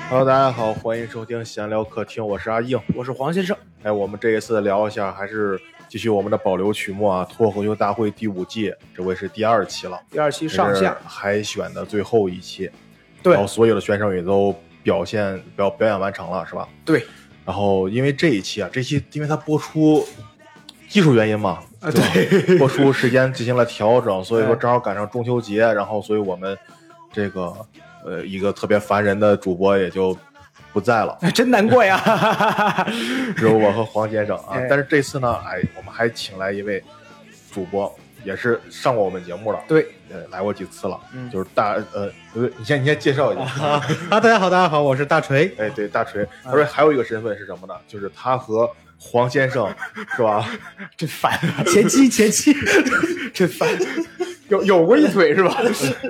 Hello，大家好，欢迎收听闲聊客厅，我是阿硬， 我是黄先生。 我们这一次聊一下，还是继续我们的保留曲目啊，脱口秀大会第5季，这回是第2期了， 第2期上下海选的最后一期， 对， 然后所有的选手也都表演完成了，是吧？ 对。 然后因为这一期因为它播出技术原因嘛， 对， 播出时间进行了调整，所以说正好赶上中秋节，然后所以我们这个一个特别烦人的主播也就不在了， 真难过呀！ 只有我和黄先生啊。但是这次呢，我们还请来一位主播，也是上过我们节目了， 对， 来过几次了，就是你先介绍一下大家好，我是大锤。 对，大锤。他说还有一个身份是什么呢？就是他和黄先生是吧？ 真烦啊！前期真烦，有过一腿是吧？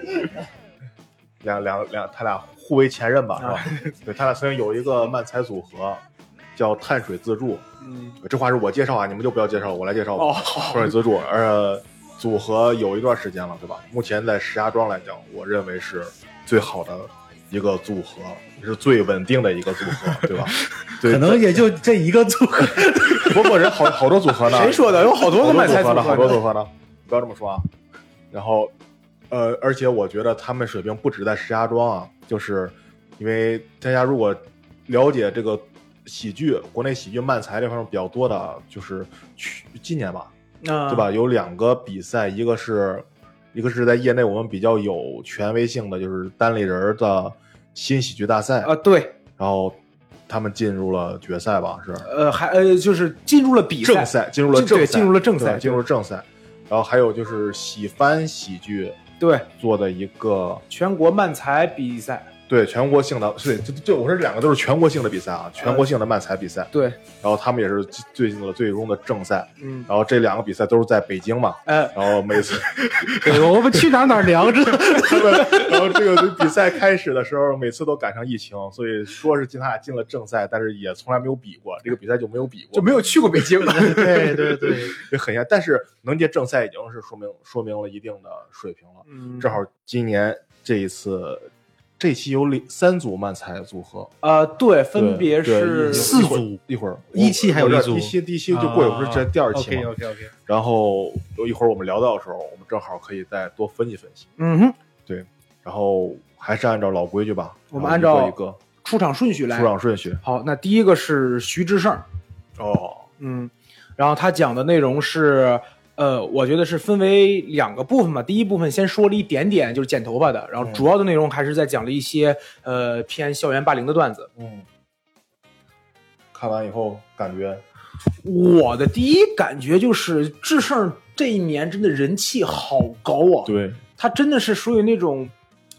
他俩互为前任吧，是吧？对，他俩曾经有一个漫才组合，叫碳水自助。这话是我介绍啊，你们就不要介绍，我来介绍吧。碳水自助，组合有一段时间了，对吧？目前在石家庄来讲，我认为是最好的一个组合，是最稳定的一个组合，对吧？对， 可能也就这一个组合。 不，人好多组合呢。 谁说的？有好多个漫才组合呢， 好多组合呢。不要这么说啊。然后。而且我觉得他们水平不止在石家庄啊，就是因为大家如果了解这个喜剧，国内喜剧漫才这方面比较多的，就是今年吧，对吧？有2个比赛，一个是在业内我们比较有权威性的，就是单立人的新喜剧大赛啊，对。 然后他们进入了决赛吧，是就是进入了比赛正赛，进入了正赛。然后还有就是喜番喜剧。 对， 做的一个全国漫才比赛， 对，全国性的，对，我说这2个都是全国性的比赛啊，全国性的漫才比赛。 对， 然后他们也是最终的正赛。然后这2个比赛都是在北京嘛。然后每次， 对，我们去哪聊着。 然后这个比赛开始的时候，每次都赶上疫情，所以说是他俩进了正赛，但是也从来没有比过，这个比赛就没有比过， 就没有去过北京。 对， 也很但是能进正赛已经是说明了一定的水平了。正好今年这期有3组漫才组合， 对，分别是 4组， 一会儿 1期还有1组， 第一期就过一会儿，这第2期嘛。 OK。 然后一会儿我们聊到的时候，我们正好可以再多分析。对。然后还是按照老规矩吧， 我们按照一个出场顺序来。好，那第一个是徐志胜。然后他讲的内容是。我觉得是分为2个部分吧。第一部分先说了一点点，就是剪头发的，然后主要的内容还是在讲了一些偏校园霸凌的段子。 看完以后感觉， 我的第一感觉就是志胜这一年真的人气好高啊！ 对， 他真的是属于那种，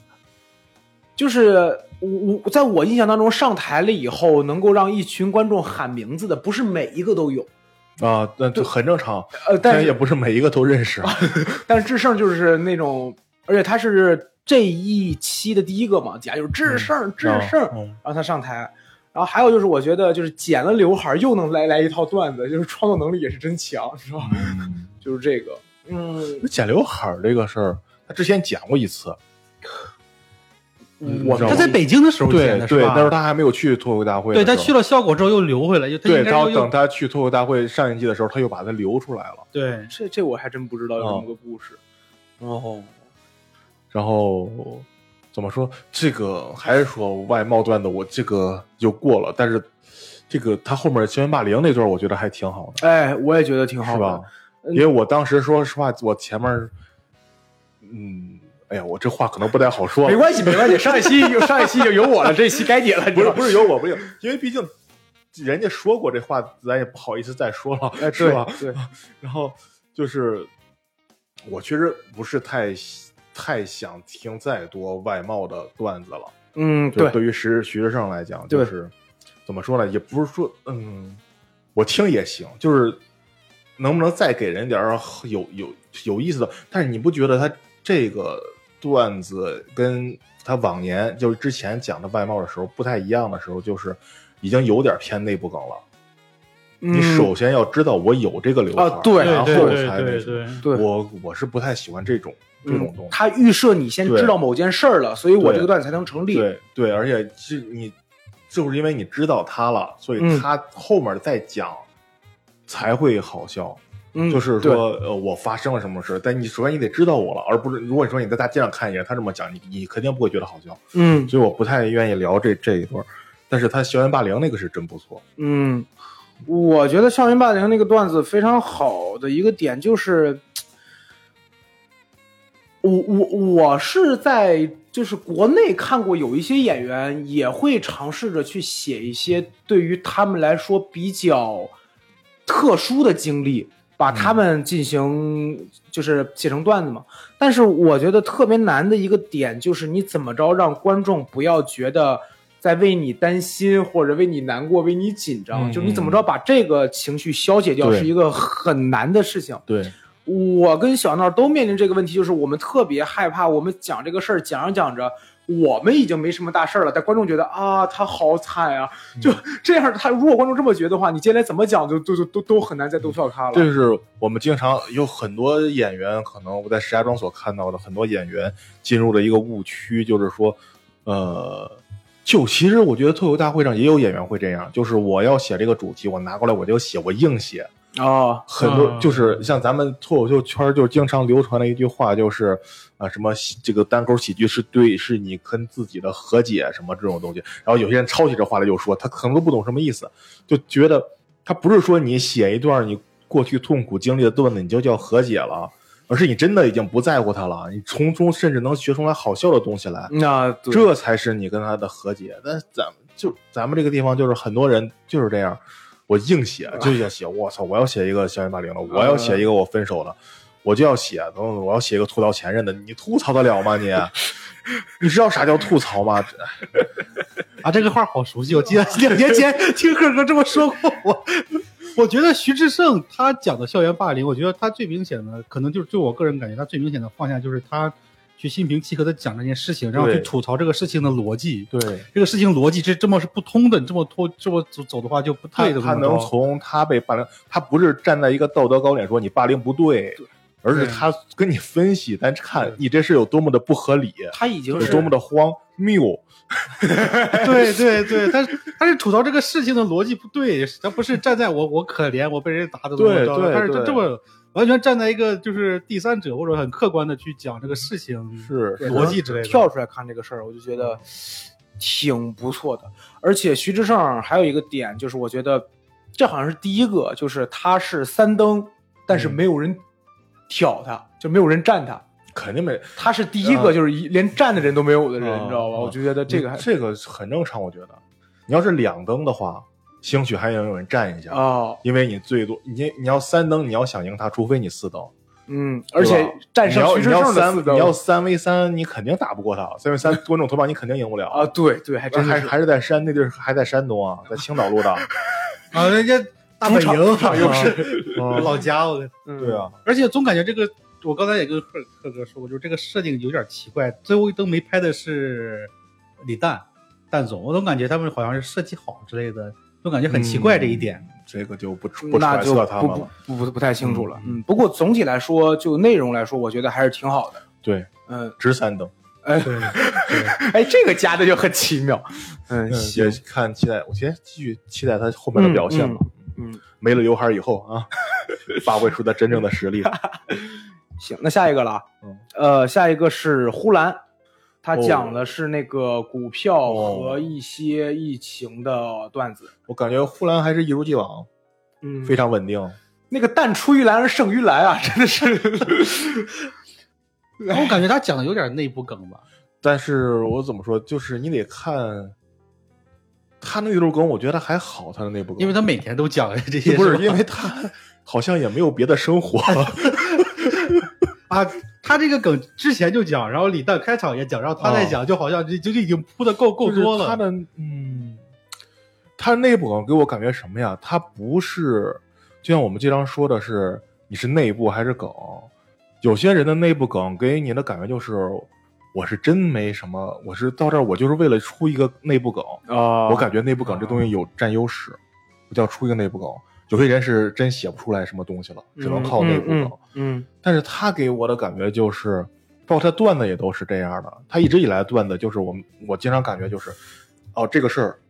就是在我印象当中，上台了以后能够让一群观众喊名字的，不是每一个都有。 那就很正常， 但也不是每一个都认识。 但是志胜就是那种，而且他是这一期的第一个嘛，就是志胜，然后他上台，然后还有就是我觉得就是剪了刘海又能来一套段子，就是创作能力也是真强，是吧？就是这个， 剪刘海这个事儿，他之前讲过一次。 他在北京的时候剪的， 对，那时候他还没有去脱口大会。 对，他去了效果之后又留回来， 对，然后等他去脱口大会上一季的时候，他又把它留出来了。 对， 这我还真不知道有这么个故事。 然后怎么说？这个还是说外貌段子，我这个就过了。但是这个他后面校园霸凌那段，我觉得还挺好的。我也觉得挺好的， 是吧？因为我当时说实话，我前面，我这话可能不太好说。 没关系，上一期就有我了，这一期该你了。 不是有我，不是，因为毕竟人家说过这话，咱也不好意思再说了，是吧？ 对。 然后就是我确实不是太想听再多外貌的段子了。对于徐志胜来讲，就是怎么说呢？也不是说我听也行，就是能不能再给人点有意思的？但是你不觉得他这个段子跟他往年就是之前讲的外貌的时候不太一样的时候，就是已经有点偏内部梗了。你首先要知道我有这个刘海， 对， 然后才对， 我是不太喜欢这种东西。 他预设你先知道某件事儿了，所以我这个段子才能成立。 对，而且是你就是因为你知道他了，所以他后面再讲才会好笑。就是说我发生了什么事，但你首先你得知道我了，而不是如果你说你在大街上看一眼他这么讲，你肯定不会觉得好笑。所以我不太愿意聊这一段，但是他校园霸凌那个是真不错。 我觉得校园霸凌那个段子非常好的一个点就是，我是在就是国内看过有一些演员也会尝试着去写一些对于他们来说比较特殊的经历，把他们进行就是写成段子嘛。但是我觉得特别难的一个点就是你怎么着让观众不要觉得在为你担心或者为你难过为你紧张，就是你怎么着把这个情绪消解掉是一个很难的事情。 对，我跟小闹都面临这个问题，就是我们特别害怕我们讲这个事儿讲着讲着我们已经没什么大事了，但观众觉得啊他好惨啊，就这样他如果观众这么觉得的话，你接下来怎么讲都很难再逗笑他了。 这是我们经常有很多演员，可能我在石家庄所看到的很多演员进入了一个误区，就是说就其实我觉得脱口大会上也有演员会这样，就是我要写这个主题我拿过来我就写，我硬写。很多就是像咱们脱口秀圈就经常流传的一句话，就是什么这个单口喜剧是你跟自己的和解什么这种东西，然后有些人抄起这话来就说他可能都不懂什么意思，就觉得他不是说你写一段你过去痛苦经历的段子你就叫和解了，而是你真的已经不在乎他了，你从中甚至能学出来好笑的东西来，这才是你跟他的和解。但咱们这个地方就是很多人就是这样，我硬写就要写，我操，我要写一个校园霸凌的，我要写一个我分手的，我就要写，我要写一个吐槽前任的，你吐槽得了吗你？你知道啥叫吐槽吗？ 这个话好熟悉，我记得2年前听贺哥这么说过。我觉得徐志胜他讲的校园霸凌，我觉得他最明显的可能就是就我个人感觉他最明显的放下就是他去心平气和的讲这件事情，然后去吐槽这个事情的逻辑。 对， 这个事情逻辑这么是不通的，你这么走的话就不对的。 他能从他被霸凌，他不是站在一个道德高点说你霸凌不对，而是他跟你分析，咱看你这事有多么的不合理， 他已经是有多么的荒谬。 对对对，他是吐槽这个事情的逻辑不对，他不是站在我可怜我被人打的怎么着，他是这么完全站在一个就是第三者或者很客观的去讲这个事情是逻辑之类的， 跳出来看这个事儿，我就觉得挺不错的。而且徐志胜还有一个点，就是我觉得这好像是第一个，就是他是3登，但是没有人挑他，就没有人站他。 肯定没， 他是第一个，就是连站的人都没有的人，你知道吧？我就觉得这个很正常。我觉得你要是2登的话，兴许还能有人站一下因为你最多你要3登，你要想赢他，除非你4登。 而且战胜徐志胜的4登， 你要3v3，你肯定打不过他。3v3观众投票，你肯定赢不了对对，还真是还是在那地儿，还在山东啊，在青岛录的人家大本营又是老家我对啊， 而且总感觉这个。我刚才也跟贺哥说过，就是这个设定有点奇怪。最后1登没拍的是李诞总，我总感觉他们好像是设计好之类的，总感觉很奇怪这一点。 这个就不揣测他们了， 不太清楚了。不过总体来说，就内容来说，我觉得还是挺好的。 对，值3登。 对，这个加的就很奇妙。 也看期待，我先继续期待他后面的表现吧。没了刘海以后啊，发挥出他真正的实力。 行，那下一个了。下一个是呼兰，他讲的是那个股票和一些疫情的段子。 我感觉呼兰还是一如既往，非常稳定。 那个淡出于蓝而胜于蓝啊，真的是。 我感觉他讲的有点内部梗吧。 但是我怎么说，就是你得看他那内部梗，我觉得还好，他的内部梗， 因为他每天都讲这些， 不是因为他好像也没有别的生活。 他这个梗之前就讲，然后李诞开场也讲，然后他再讲，就好像就已经铺的够多了。 他的他内部梗给我感觉什么呀？他不是就像我们经常说的是你是内部还是梗，有些人的内部梗给你的感觉就是我是真没什么，我是到这儿我就是为了出一个内部梗我感觉内部梗这东西有占优势，我就要出一个内部梗。有些人是真写不出来什么东西了，只能靠内部梗。但是他给我的感觉就是，包括他段子也都是这样的。他一直以来的段子就是我经常感觉就是，这个事儿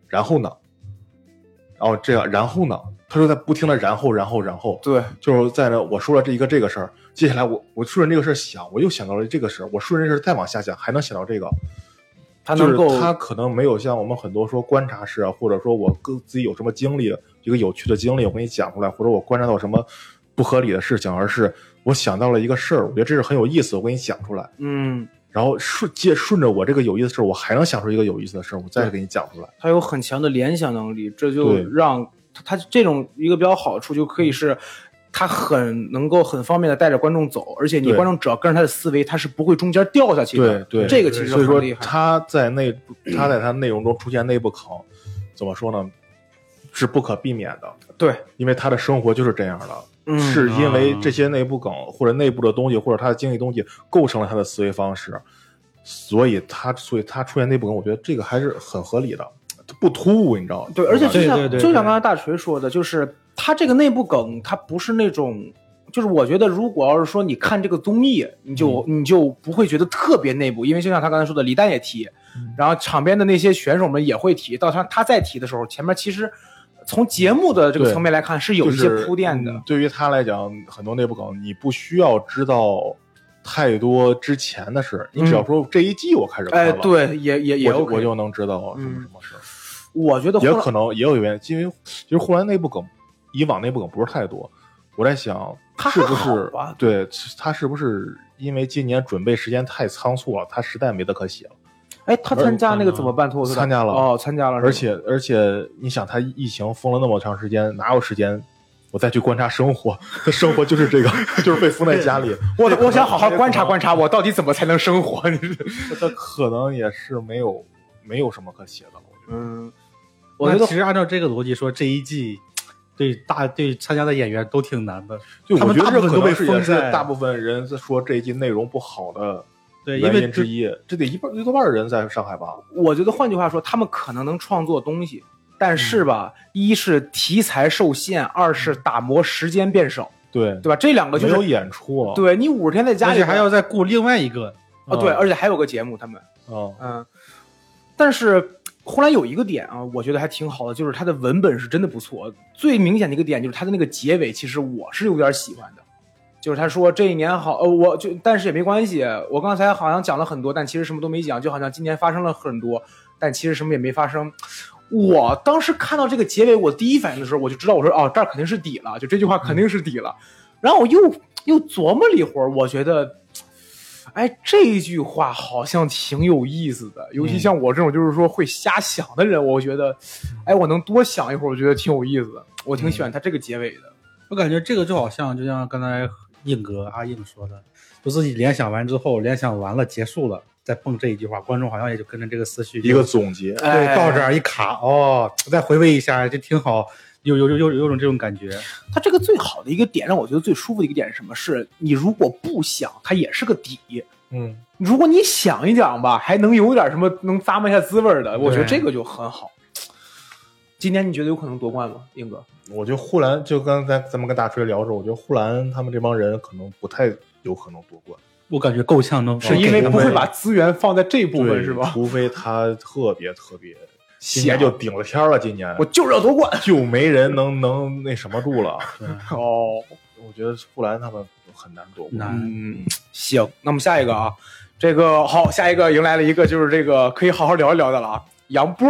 然后呢，然后这样，然后呢，他就在不停的然后， 对， 就是在那我说了这个事儿，接下来我顺着这个事儿想，我又想到了这个事儿，我顺着这个事儿再往下想，还能想到这个。 他能够， 就是他可能没有像我们很多说观察式啊，或者说我自己有什么经历，一个有趣的经历，我跟你讲出来，或者我观察到什么不合理的事情，而是我想到了一个事儿，我觉得这是很有意思，我跟你讲出来。然后顺着我这个有意思的事儿，我还能想出一个有意思的事儿，我再给你讲出来。 他有很强的联想能力，这就让他这种一个比较好处，就可以是他很能够很方便的带着观众走，而且你观众只要跟着他的思维，他是不会中间掉下去的。 对， 这个其实很厉害。 他在他内容中出现内部梗，怎么说呢？是不可避免的。 对， 因为他的生活就是这样的。是因为这些内部梗或者内部的东西或者他的经历东西构成了他的思维方式，所以他出现内部梗，我觉得这个还是很合理的，不突兀，你知道吗？ 对，而且就像刚才大锤说的，就是他这个内部梗，他不是那种，就是我觉得如果要是说你看这个综艺，你就不会觉得特别内部，因为就像他刚才说的，李诞也提，然后场边的那些选手们也会提，到他再提的时候，前面其实。从节目的这个层面来看，是有一些铺垫的。 对于他来讲，很多内部梗你不需要知道太多之前的事，你只要说这一季我开始看了， 对，也 OK， 我就能知道什么事。 我觉得也可能也有原因，因为其实后来内部梗，以往内部梗不是太多。我在想，是不是对他是不是因为今年准备时间太仓促了，他实在没得可写了。 他参加那个怎么办脱口秀？ 参加了参加了。 而且，你想，他疫情封了那么长时间，哪有时间我再去观察生活？他生活就是这个，就是被封在家里。 我想好好观察观察，我到底怎么才能生活？你他可能也是没有什么可写的。 我觉得其实按照这个逻辑说，这一季对参加的演员都挺难的。 就我觉得这可能封在大部分人说这一季内容不好的。 对， 原因之一，这得一多半的人在上海吧？ 我觉得换句话说，他们可能能创作东西，但是吧，一是题材受限，二是打磨时间变少， 对吧？这两个就是没有演出了。 对你50天在家里， 而且还要再顾另外一个对，而且还有个节目，他们但是后来有一个点啊，我觉得还挺好的，就是他的文本是真的不错。最明显的一个点就是他的那个结尾，其实我是有点喜欢的。就是他说这一年好，但是也没关系。我刚才好像讲了很多，但其实什么都没讲，就好像今年发生了很多，但其实什么也没发生。我当时看到这个结尾，我第一反应的时候，我就知道，我说这儿肯定是底了，就这句话肯定是底了。然后我又琢磨了一会儿，我觉得，这一句话好像挺有意思的，尤其像我这种就是说会瞎想的人，我觉得，我能多想一会儿，我觉得挺有意思的，我挺喜欢他这个结尾的。 我感觉这个就好像，就像刚才阿硬说的，就自己联想完之后，联想完了结束了，再蹦这一句话，观众好像也就跟着这个思绪一个总结， 对，到这儿一卡，再回味一下，就挺好，有种这种感觉。 他这个最好的一个点，让我觉得最舒服的一个点是什么？是你如果不想，它也是个底。如果你想一讲吧，还能有点什么能咂摸一下滋味的，我觉得这个就很好。今年你觉得有可能夺冠吗，英哥？ 我觉得呼兰就刚才咱们跟大锤聊的时候，我觉得呼兰他们这帮人可能不太有可能夺冠。 我感觉够呛能， 是因为不会把资源放在这部分是吧？ 除非他特别今年就顶了天了，今年我就是要夺冠， 就没人能那什么住了。我觉得呼兰他们很难夺冠。 行，那么下一个啊，这个好，下一个迎来了一个就是这个可以好好聊一聊的了啊，杨波。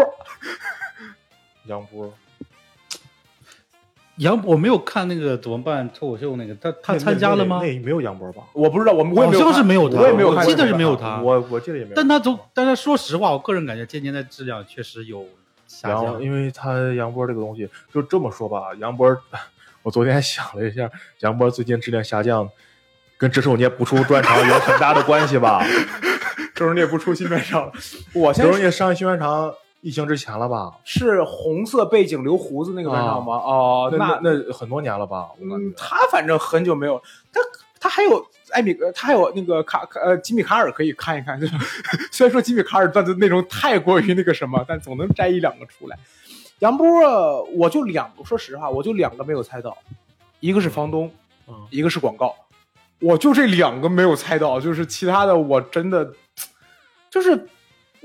我没有看那个怎么办脱口秀那个，他参加了吗？ 那没有杨波吧？ 我不知道，我也没有， 好像是没有他， 我也没有看， 我记得是没有他， 我记得也没有。 但他说实话，我个人感觉今年的质量确实有下降， 因为他杨波这个东西就这么说吧，杨波，我昨天想了一下，杨波最近质量下降，跟周寿孽不出专场有很大的关系吧？ 周寿孽不出新专场， 周寿孽上新专场。疫情之前了吧？ 是红色背景留胡子那个专场吗？ 那很多年了吧？ 他反正很久没有，他还有他还有那个吉米卡尔可以看一看。虽然说吉米卡尔段子内容太过于那个什么，但总能摘一两个出来。杨波，我就两个，说实话，我就两个没有猜到，一个是房东，一个是广告，我就这两个没有猜到，就是其他的我真的就是。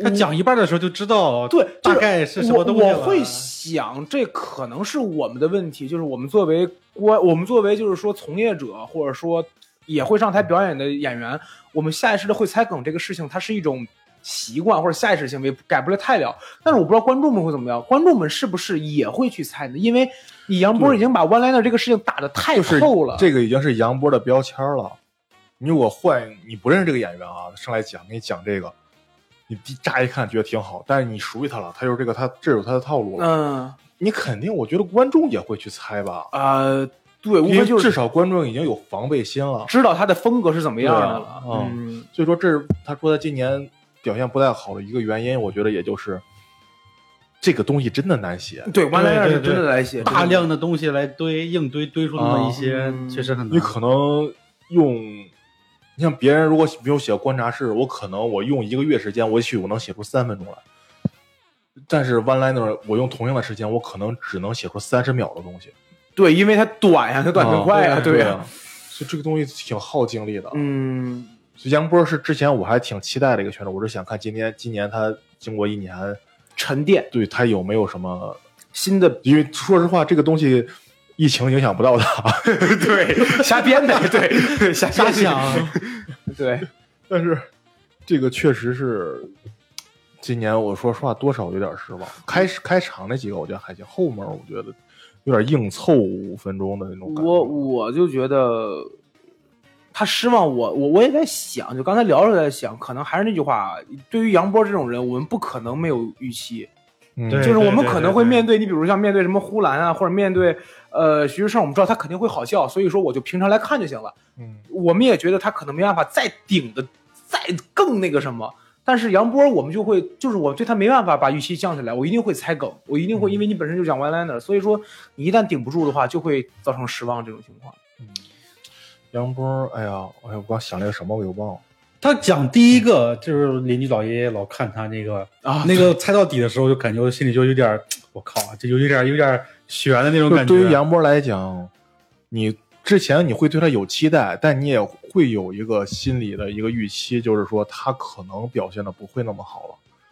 他讲一半的时候就知道， 对， 大概是什么东西了。 我会想，这可能是我们的问题，就是我们作为就是说从业者，或者说也会上台表演的演员，我们下意识的会猜梗这个事情，它是一种习惯或者下意识行为，改不了太了。但是我不知道观众们会怎么样，观众们是不是也会去猜呢？因为你杨波已经把 one liner 这个事情打得太透了， 这个已经是杨波的标签了。你如果换你不认识这个演员啊，上来给你讲这个，你乍一看觉得挺好，但是你熟悉他了，他就是这个这有他的套路了。你肯定，我觉得观众也会去猜吧？ 对，无非就是至少观众已经有防备心了， 知道他的风格是怎么样的了。 所以说这是他说他今年表现不太好的一个原因，我觉得也就是这个东西真的难写。 对，one liner是真的难写， 大量的东西来硬堆出那么一些，确实很难。 你可能你像别人如果没有写观察室，我可能我用1个月时间，我能写出3分钟来。但是 one liner 我用同样的时间，我可能只能写出30秒的东西。 对，因为它短呀，它短得快呀，对呀， 所以这个东西挺耗精力的。所以杨波是之前我还挺期待的一个选手，我是想看今年他经过1年沉淀， 对他有没有什么新的？ 因为说实话，这个东西疫情影响不到他， 对，瞎编的，对，瞎想，对。 但是这个确实是今年我说实话多少有点失望。开场那几个我觉得还行，后面我觉得有点硬凑5分钟的那种感觉。 我就觉得他失望，我也在想，就刚才聊着在想，可能还是那句话，对于杨波这种人，我们不可能没有预期。就是我们可能会面对你，比如像面对什么呼兰啊，或者面对徐志胜，我们知道他肯定会好笑，所以说我就平常来看就行了。我们也觉得他可能没办法再顶的再更那个什么。但是杨波我们就会，就是我对他没办法把预期降下来，我一定会猜梗，我一定会，因为你本身就讲 one liner， 所以说你一旦顶不住的话，就会造成失望这种情况。 杨波，哎呀，我刚想了个什么我又忘了。 他讲第一个就是邻居老爷爷老看他那个那个猜到底的时候，就感觉心里就有点，我靠，这就有点悬的那种感觉。 对于杨波来讲，你之前你会对他有期待，但你也会有一个心理的一个预期，就是说他可能表现的不会那么好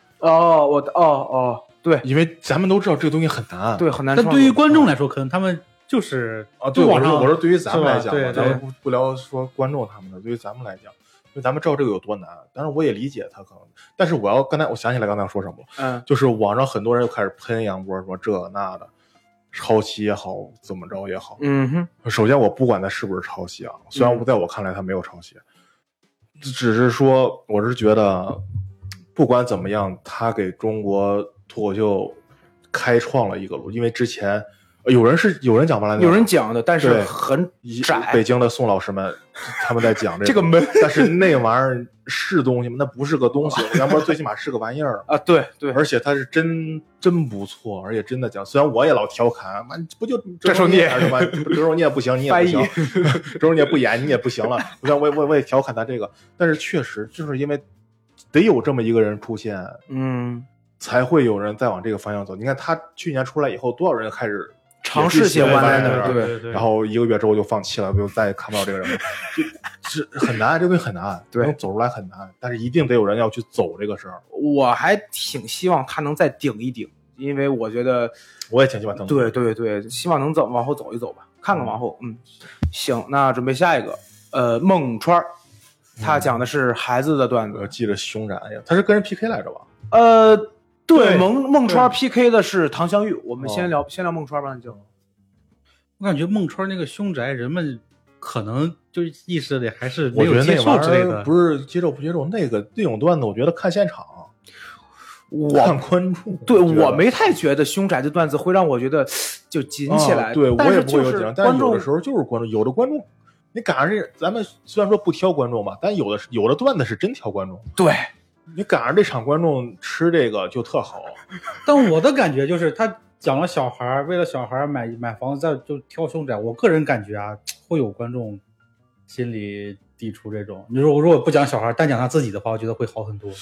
了。 对， 因为咱们都知道这个东西很难， 对，很难。 但对于观众来说，可能他们就是对，我说对于咱们来讲， 对， 咱们不聊说观众他们的，对于咱们来讲，因为咱们知道这个有多难，但是我也理解他可能。但是我想起来刚才说什么，就是网上很多人又开始喷杨波，说这那的。抄袭也好，怎么着也好，首先我不管他是不是抄袭啊，虽然在我看来他没有抄袭，只是说我是觉得不管怎么样，他给中国脱口秀开创了一个路，因为之前有人讲完了， 有人讲的，但是很窄。 北京的宋老师们他们在讲这个门， 但是那玩意儿是东西吗？那不是个东西。杨波最起码是个玩意儿啊，对， 而且他是真不错，而且真的讲。虽然我也老调侃，不就这时候你也是吧？这时候你也不行，你也不行，这时候你也不演，你也不行了。我也调侃他这个，但是确实就是因为得有这么一个人出现，才会有人再往这个方向走。你看他去年出来以后，多少人开始尝试写one liner， 对， 然后1个月之后就放弃了，就再也看不到这个人了，是很难，这个东西很难， 对， 能走出来很难，但是一定得有人要去走这个事儿。 我还挺希望他能再顶一顶，因为我觉得我也挺希望他能对，希望能往后走一走吧，看看往后。行，那准备下一个，孟川，他讲的是孩子的段子， 我记着熊展呀，他是跟人 PK 来着吧？ 对，孟川 PK 的是唐湘玉，我们先聊孟川吧。 我感觉孟川那个凶宅，人们可能就意识的还是没有接受之类的， 不是接受不接受那种段子，我觉得看现场，看观众。 对，我没太觉得凶宅的段子会让我觉得就紧起来。 对，我也不会有紧张，但是有的时候就是观众，有的观众，你赶上这，咱们虽然说不挑观众吧，但有的段子是真挑观众。 对。 你赶上这场观众吃这个就特好， 但我的感觉就是他讲了小孩为了小孩买房子再就挑凶宅，我个人感觉啊，会有观众心里抵触这种。你说如果不讲小孩单讲他自己的话，我觉得会好很多。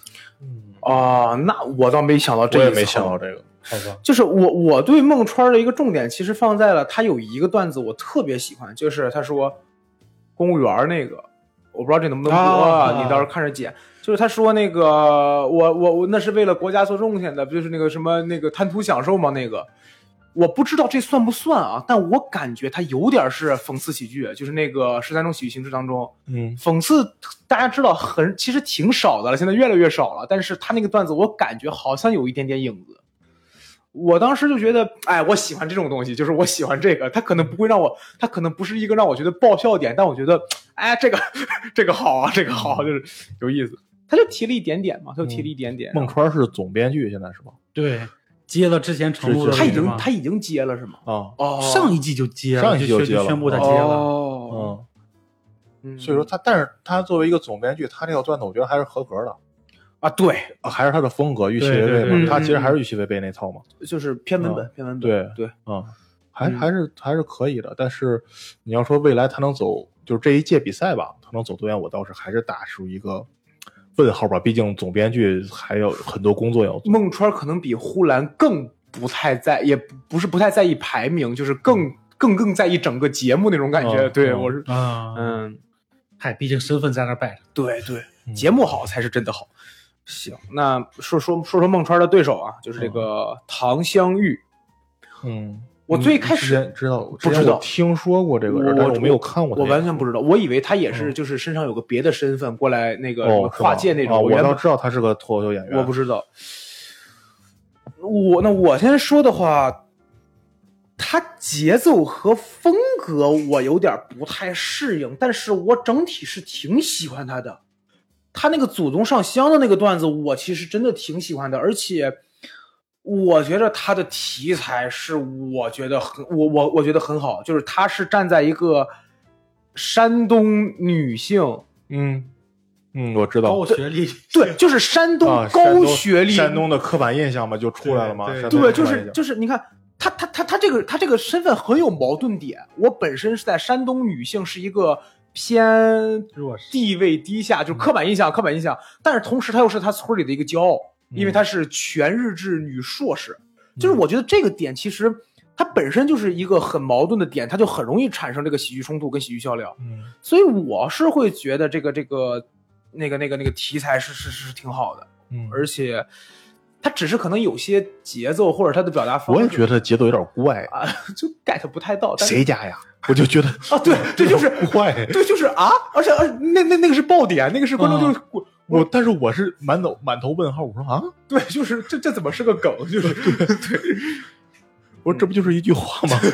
那我倒没想到这个， 我也没想到这个。 好吧， 就是我对孟川的一个重点其实放在了他有一个段子我特别喜欢，就是他说公务员那个，我不知道这能不能播，你到时候看着剪。 就是他说那个我那是为了国家做贡献的，就是那个什么那个贪图享受嘛，那个我不知道这算不算啊，但我感觉他有点是讽刺喜剧，就是那个13种喜剧形式当中，讽刺大家知道其实挺少的了，现在越来越少了，但是他那个段子我感觉好像有一点点影子。我当时就觉得，哎，我喜欢这种东西，就是我喜欢这个，他可能不会让我，他可能不是一个让我觉得爆笑点，但我觉得，哎，这个好啊，这个好，就是有意思。他就提了一点点嘛，他就提了一点点。 孟川是总编剧，现在是吧？ 对，接了之前承诺的， 他已经接了是吗？ 哦，上一季就接了， 上一季就接了， 宣布他接了。 所以说但是他作为一个总编剧，他这条段子我觉得还是合格的。 啊，对， 还是他的风格预期违背嘛，他其实还是预期违背那套嘛， 就是偏文本， 对，还是可以的。但是你要说未来他能走，就是这一届比赛吧，他能走多远，我倒是还是打出一个问号吧。毕竟总编剧还有很多工作要做。 孟川可能比呼兰更不太在，也不是不太在意排名，就是更在意整个节目那种感觉。对，我是嗨，毕竟身份在那摆着。 对，节目好才是真的好。行，那说孟川的对手啊，就是这个唐湘玉。我最开始知道，我听说过这个人，但是我没有看过他。 我完全不知道，我以为他也是就是身上有个别的身份过来那个跨界那种。 我倒知道他是个脱口秀演员。 我不知道。我先说的话，他节奏和风格我有点不太适应，但是我整体是挺喜欢他的。他那个祖宗上香的那个段子，我其实真的挺喜欢的，而且我觉得他的题材是我觉得很好，就是他是站在一个山东女性， 我知道， 高学历， 对，就是山东高学历， 山东的刻板印象嘛就出来了嘛， 对，就是你看他这个身份很有矛盾点，我本身是在山东女性是一个偏地位低下，就是刻板印象，但是同时他又是他村里的一个骄傲，因为他是全日制女硕士，就是我觉得这个点其实它本身就是一个很矛盾的点，它就很容易产生这个喜剧冲突跟喜剧笑料，所以我是会觉得这个那个题材是挺好的，而且它只是可能有些节奏或者它的表达方式， 我也觉得节奏有点怪啊，就 get 不太到。 谁家呀？我就觉得啊，对，这就是怪， 对，就是啊，而且那个是爆点，那个是观众就是但是我是满头问号，我说啊， 对，就是这怎么是个梗？就是对， 我说这不就是一句话吗？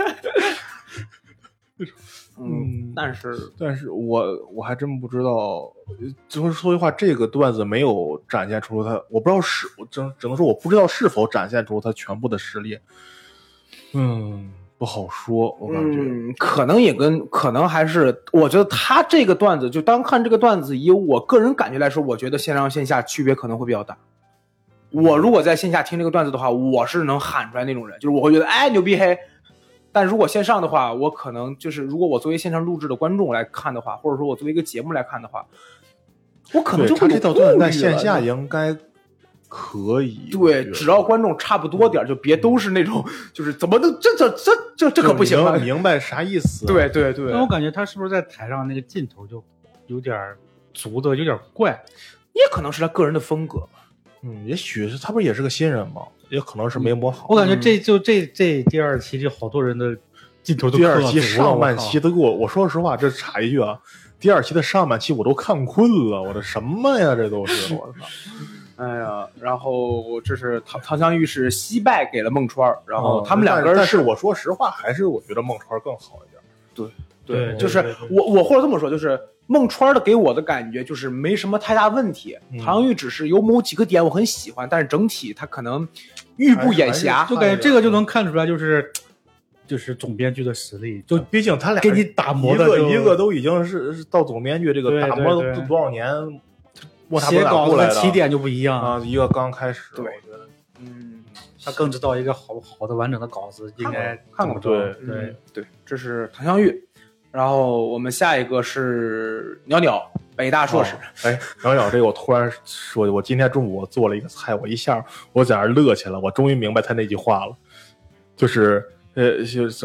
但是我还真不知道，就是说句话，这个段子没有展现出他，我不知道我只能说我不知道是否展现出他全部的实力。不好说，我感觉， 可能还是，我觉得他这个段子，就当看这个段子，以我个人感觉来说，我觉得线上线下区别可能会比较大。我如果在线下听这个段子的话，我是能喊出来那种人，就是我会觉得哎牛逼嘿。但如果线上的话，我可能就是如果我作为线上录制的观众来看的话，或者说我作为一个节目来看的话，我可能就会这道段在线下应该可以， 对，只要观众差不多点，就别都是那种就是怎么都这可不行了， 明白啥意思？ 对。 那我感觉他是不是在台上那个劲头就有点足的，有点怪， 也可能是他个人的风格。 也许是他不是也是个新人吗？也可能是没摸好。 我感觉这第二期就好多人的劲头都第二期上半期都给我说实话，这插一句啊，第二期的上半期我都看困了，我的什么呀，这都是我操！ 哎呀，然后这是唐湘玉是惜败给了孟川，然后他们两个人但是我说实话，还是我觉得孟川更好一点。 对，就是我或者这么说，就是孟川的给我的感觉就是没什么太大问题，唐湘玉只是有某几个点我很喜欢，但是整体他可能欲不掩瑕， 就感觉这个就能看出来，就是总编剧的实力，就毕竟他俩给你打磨的一个都已经是到总编剧这个打磨了多少年， 写稿子的起点就不一样啊，一个刚开始， 对， 我觉得， 他更知道一个好的完整的稿子应该看过， 对， 这是唐湘玉。然后我们下一个是袅袅，北大硕士。 袅袅这个我突然说，我今天中午我做了一个菜，我一下我在那乐起来了，我终于明白他那句话了，就是什么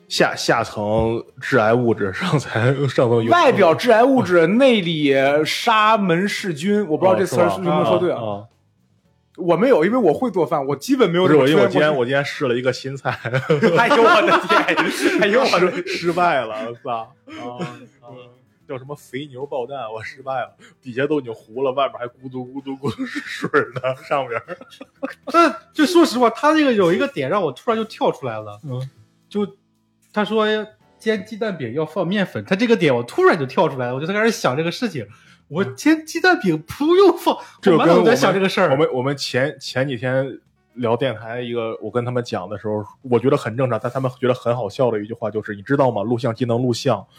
下层致癌物质，上层外表致癌物质，内里沙门氏菌。我不知道这词儿是没有说对啊。我没有，因为我会做饭，我基本没有。 不是，因为我今天试了一个新菜。 哎呦我的天！哎呦我的失败了，我操！叫什么肥牛爆蛋，我失败了，底下都已经糊了，外面还咕嘟咕嘟咕嘟是水呢，上面。 但就说实话，他那个有一个点让我突然就跳出来了，就他说煎鸡蛋饼要放面粉，他这个点我突然就跳出来了，我就开始想这个事情。我煎鸡蛋饼不用放，我满脑子在想这个事儿。 我们前几天聊电台一个，我跟他们讲的时候，我觉得很正常，但他们觉得很好笑的一句话就是，你知道吗？录像机能录像。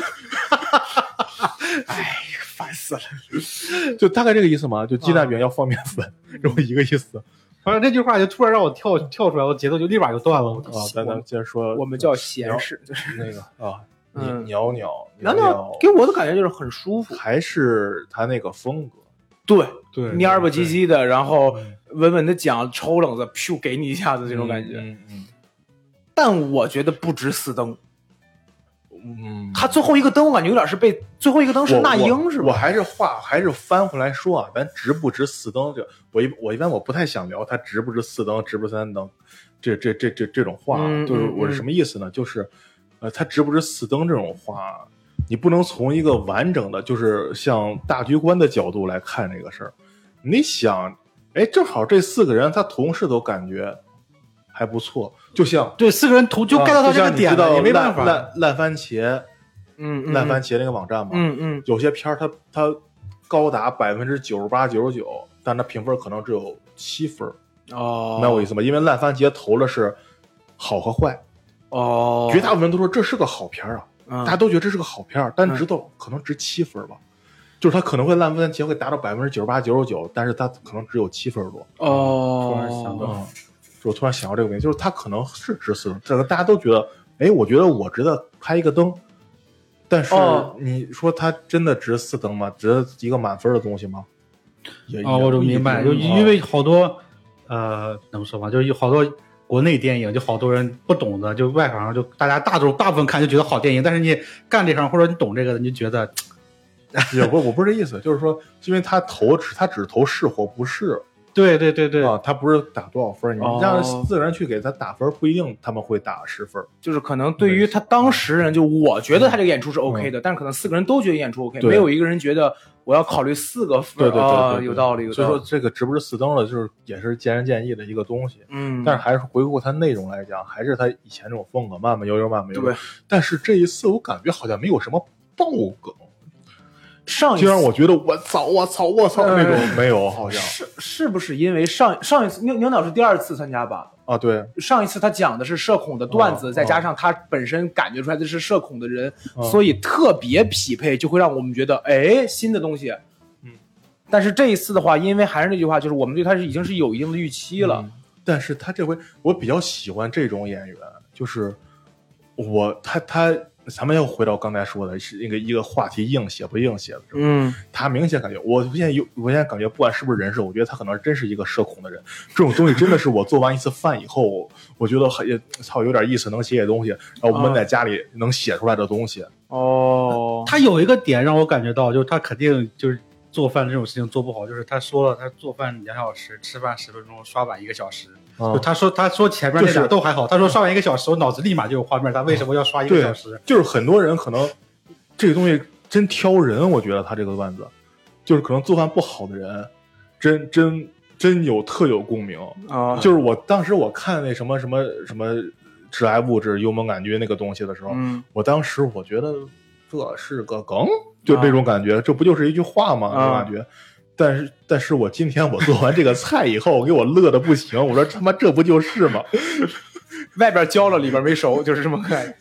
哎，烦死了！ 就大概这个意思嘛，就鸡蛋饼要放面粉，这么一个意思。 反正这句话就突然让我跳出来，我节奏就立马就断了。 咱接着说， 我们叫闲事，就是那个鸟鸟给我的感觉就是很舒服， 还是他那个风格， 对，蔫不唧唧的，然后稳稳的讲，抽冷子，噗给你一下子这种感觉。但我觉得不值4灯。他最后一个灯我感觉有点是被最后一个灯是那英是吧？ 我还是翻回来说啊，咱值不值4灯？这我一般我不太想聊他值不值4灯，值不值3灯，这种话，就是我是什么意思呢？就是他值不值4灯这种话，你不能从一个完整的，就是像大局观的角度来看这个事儿。你想，哎，正好这4个人他同时都感觉还不错，就像对4个人就 get 到他这个点了，也没办法。 烂番茄，烂番茄那个网站嘛，有些片儿它高达98%、99%，但它评分可能只有7分。明白我意思吗？因为烂番茄投的是好和坏。绝大部分人都说这是个好片啊，大家都觉得这是个好片，但直到可能值7分吧，就是它可能会烂番茄会达到98%、99%，但是它可能只有7分多。 突然想到。 我突然想到这个问题，就是他可能是值4灯，这个大家都觉得，哎，我觉得我值得拍一个灯，但是你说他真的值4灯吗？值一个满分的东西吗？ 我就明白，就因为好多怎么说吧，就是有好多国内电影，就好多人不懂的，就外行就大家大部分看就觉得好电影，但是你干这行或者你懂这个的，你就觉得， 我不是这意思，就是说，因为他只投是或不是。 对他不是打多少分，你让4个人去给他打分，不一定他们会打10分。 就是可能对于他当时人，就我觉得他这个演出是 OK 的，但是可能4个人都觉得演出 OK， 没有一个人觉得我要考虑4个分。 对， 有道理。 所以说这个值不值4灯了，就是也是见仁见义的一个东西。但是还是回顾它内容来讲，还是他以前这种风格，慢慢悠悠。对。但是这一次我感觉好像没有什么爆梗。就让我觉得我操那种没有，好像是不是因为上一次牛鸟是第2次参加吧？ 对， 上一次他讲的是社恐的段子，再加上他本身感觉出来的是社恐的人，所以特别匹配，就会让我们觉得哎新的东西。但是这一次的话，因为还是那句话，就是我们对他已经是有一定的预期了。 但是他这回我比较喜欢这种演员，就是他。咱们又回到刚才说的是一个话题硬写不硬写的时候，他明显感觉我现在感觉不管是不是人设，我觉得他可能真是一个社恐的人。这种东西真的是我做完一次饭以后，我觉得有点意思，能写东西，然后我们在家里能写出来的东西。 他有一个点让我感觉到，就是他肯定就是做饭这种事情做不好，就是他说了他做饭2小时，吃饭10分钟，刷碗1个小时。他说前面那俩都还好，他说刷完1个小时，我脑子立马就有画面，他为什么要刷1个小时？ 就是很多人可能这个东西真挑人，我觉得他这个段子就是可能做饭不好的人，真特有共鸣啊！就是我当时我看那什么致癌物质、幽门杆菌那个东西的时候，我当时我觉得这是个梗，就这种感觉，这不就是一句话吗？这种感觉。但是我今天我做完这个菜以后，给我乐的不行。我说他妈这不就是吗？ 外边焦了，里边没熟，就是这么看。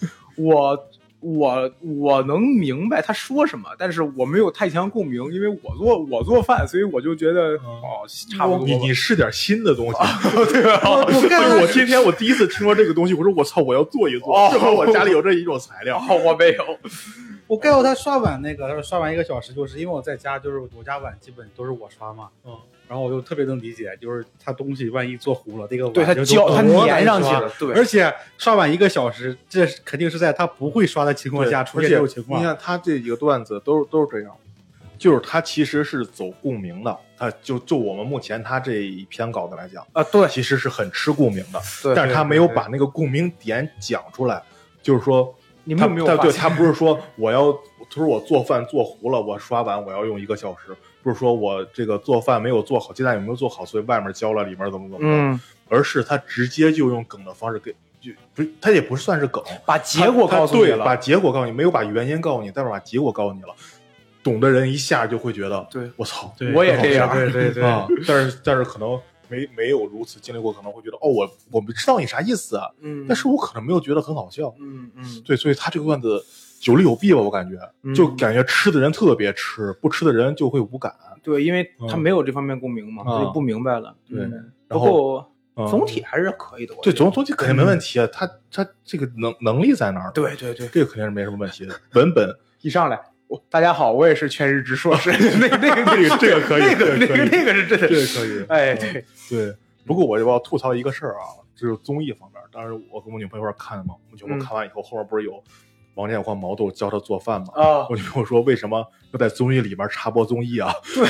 我能明白他说什么，但是我没有太强共鸣，因为我做饭，所以我就觉得差不多。 你试点新的东西，对吧？我今天我第一次听说这个东西，我说我操，我要做一做。正好我家里有这一种材料。 我没有。 我盖过他刷碗那个，他说刷碗1个小时，就是因为我在家，就是我家碗基本都是我刷嘛。 然后我就特别能理解，就是他东西万一做糊了，这个对他粘上去了，对， 而且刷碗1个小时，这肯定是在他不会刷的情况下出现这种情况。 你看他这几个段子都是这样，就是他其实是走共鸣的，他就我们目前他这一篇稿子来讲啊，对， 其实是很吃共鸣的， 对， 但是他没有把那个共鸣点讲出来，就是说你们有没有发现？ 对，他不是说他说我做饭做糊了，我刷碗我要用1个小时。不是说我这个做饭没有做好，鸡蛋有没有做好，所以外面焦了，里面怎么，而是他直接就用梗的方式不是，他也不算是梗， 把结果告诉你了， 对，把结果告诉你，没有把原因告诉你，但是把结果告诉你了，懂的人一下就会觉得， 对， 我操， 我也这样， 对啊，但是可能没有如此经历过，可能会觉得我不知道你啥意思啊，但是我可能没有觉得很好笑，对，所以他这个段子有利有弊吧，我感觉，就感觉吃的人特别吃，不吃的人就会无感。 对，因为他没有这方面共鸣嘛，所以不明白了。 对， 然后总体还是可以的。 对，总体肯定没问题啊，他这个能力在那儿。 对， 这个肯定是没什么问题的。文本一上来，大家好，我也是全日制硕士，那个可以，那个是真的， 这个可以。 哎， 对。不过我要吐槽一个事儿啊，就是综艺方面。当时我跟我女朋友一块看嘛，我女朋友看完以后，后面不是有王建华、毛豆教他做饭嘛？啊！我女朋友说，为什么要在综艺里面插播综艺啊？ 对，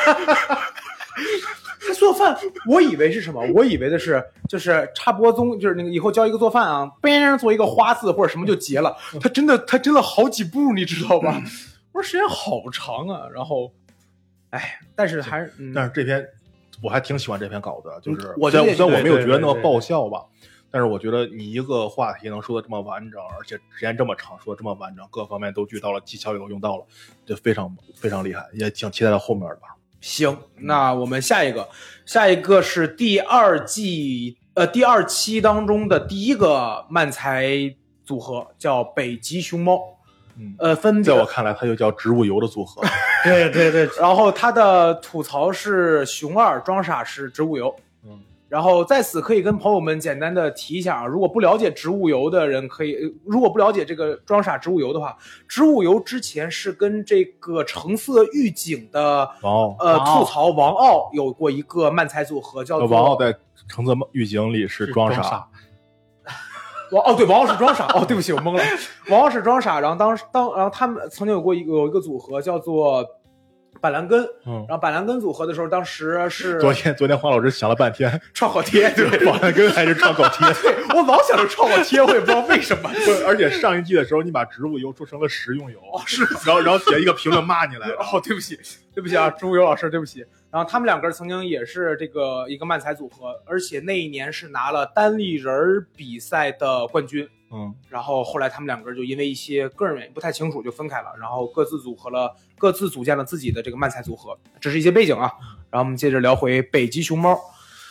他做饭，我以为是什么？我以为的是就是插播就是那个以后教一个做饭啊，边做一个花字或者什么就结了。他真的好几步，你知道吧？我说时间好长啊。然后，哎，但是还是， 但是这篇我还挺喜欢这篇稿子，就是虽然我没有觉得那么爆笑吧。但是我觉得你一个话题能说的这么完整，而且时间这么长，说的这么完整，各方面都具到了，技巧也都用到了，就非常非常厉害，也挺期待到后面的吧。 行，那我们下一个是第二期当中的第一个漫才组合，叫北极熊猫。分别在我看来，它就叫植物油的组合。 对。 然后他的吐槽是熊二装傻是植物油。然后在此可以跟朋友们简单的提一下啊，如果不了解植物油的人如果不了解这个装傻植物油的话，植物油之前是跟这个橙色预警的吐槽王傲有过一个漫才组合，叫做王傲在橙色预警里是装傻。 对，王傲是装傻。对不起，我懵了。王傲是装傻，然后他们曾经有一个组合叫做板蓝根，然后板蓝根组合的时候，当时是昨天黄老师想了半天， 创口贴，对， 板蓝根还是创口贴？ 对，我老想着创口贴，我也不知道为什么。 而且上一季的时候，你把植物油说成了食用油， 是， 然后写一个评论骂你来了。 对不起啊，植物油老师，对不起。然后他们两个曾经也是这个一个漫才组合，而且那一年是拿了单立人比赛的冠军。然后后来他们两个就因为一些个人原因不太清楚就分开了，然后各自组建了自己的这个漫才组合，这是一些背景啊。然后我们接着聊回北极熊猫。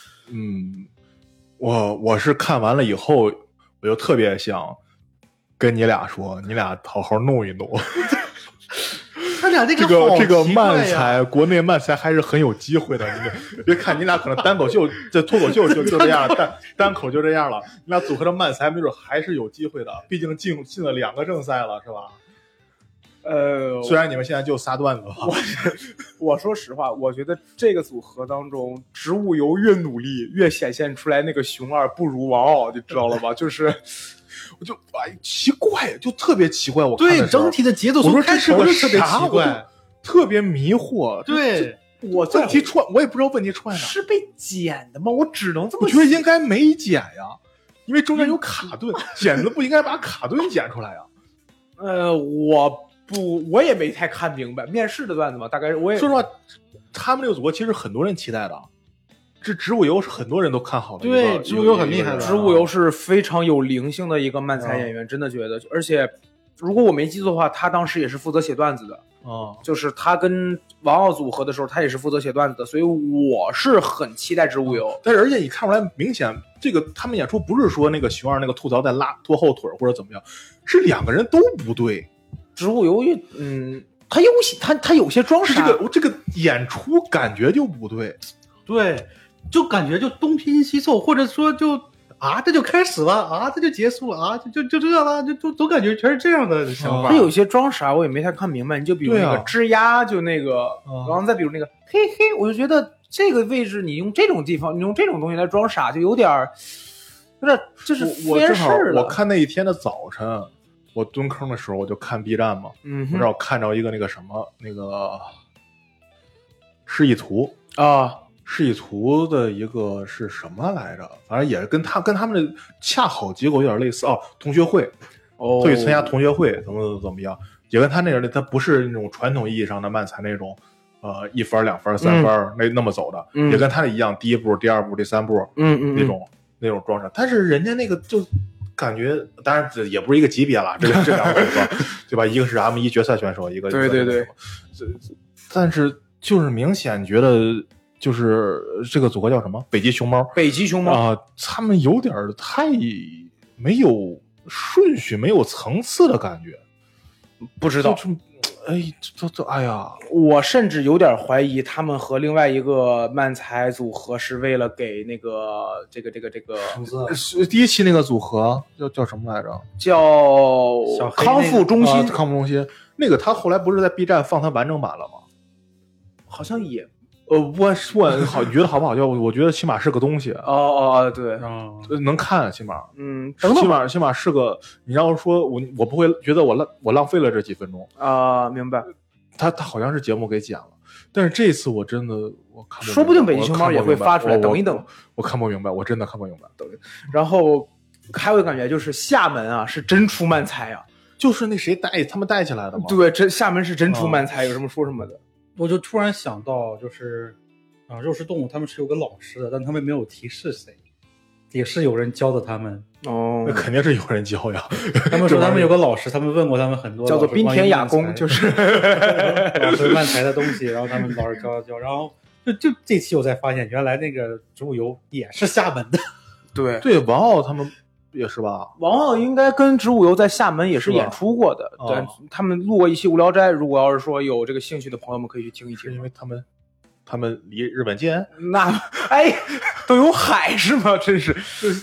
我是看完了以后，我就特别想跟你俩说，你俩好好弄一弄。 他俩这个漫才，国内漫才还是很有机会的。你别看你俩可能单口秀、这脱口秀就这样，单口就这样了。你俩组合的漫才，没准还是有机会的。毕竟进了2个正赛了，是吧？虽然你们现在就仨段子吧。 我说实话，我觉得这个组合当中，植物油越努力，越显现出来那个熊二不如王傲，你知道了吧？就是。我就奇怪，就特别奇怪。我看对整体的节奏， 我说这是个特别奇怪， 特别迷惑。 对， 问题串，我也不知道问题串哪， 是被剪的吗？我只能这么。 我觉得应该没剪呀，因为中间有卡顿，剪子不应该把卡顿剪出来呀。 我也没太看明白面试的段子嘛，大概我也说实话，他们这个组合其实很多人期待的。这植物油是很多人都看好的， 对，植物油很厉害的， 植物油是非常有灵性的一个漫才演员，真的觉得，而且如果我没记错的话，他当时也是负责写段子的，就是他跟王傲组合的时候，他也是负责写段子的，所以我是很期待植物油。 但是而且你看出来，明显这个他们演出不是说那个熊二那个吐槽在拖后腿或者怎么样，是2个人都不对。 植物油他有些装傻， 这个演出感觉就不对， 对。就感觉就东拼西凑，或者说就这就开始了这就结束了就这了，就总感觉全是这样的想法。 他有些装傻，我也没太看明白。你就比如那个吱呀，就那个，然后再比如那个嘿嘿，我就觉得这个位置你用这种地方，你用这种东西来装傻，就有点就是我正好我看那一天的早晨，我蹲坑的时候我就看 B 站嘛，我正好看着一个那个什么那个示意图啊。 示意图的一个是什么来着？反正也跟他们的恰好结果有点类似同学会，对，参加同学会怎么样，也跟他那个，他不是那种传统意义上的漫才那种1分2分3分那么走的，也跟他的一样，第一步第二步第三步那种装饰，但是人家那个就感觉，当然也不是一个级别了，这两个选手对吧？一个是 M1决赛选手，一个对， 但是就是明显觉得。就是这个组合叫什么？北极熊猫他们有点太没有顺序、没有层次的感觉， 不知道。 哎呀， 我甚至有点怀疑他们和另外一个漫才组合是为了给那个这个第一期那个组合叫什么来着？ 叫康复中心。 康复中心那个他后来不是在 B 站放他完整版了吗？ 好像也。 我好，你觉得好不好笑？我觉得起码是个东西。 对， 能看，起码，起码是个。你要说我不会觉得我浪费了这几分钟啊，明白。 他好像是节目给剪了，但是这次我真的我看不明白， 说不定北极熊猫也会发出来，等一等。 我看不明白，我真的看不明白。 然后还有一个感觉就是厦门啊，是真出漫才啊， 就是那谁他们带起来的嘛。 对，厦门是真出漫才，有什么说什么的。 我就突然想到，就是肉食动物他们是有个老师的，但他们没有提是谁，也是有人教的他们。 那肯定是有人教呀。 他们说他们有个老师，他们问过他们很多， 叫做滨田雅功，就是老师漫才的东西，然后他们老师教，然后就这期我才发现，原来那个植物油也是厦门的。 对， 王傲他们。也是吧， 王傲应该跟植物油在厦门也是演出过的，对，他们录过一期无聊斋，如果要是说有这个兴趣的朋友们可以去听一听。 是因为他们离日本近， 那都有海是吗？真是，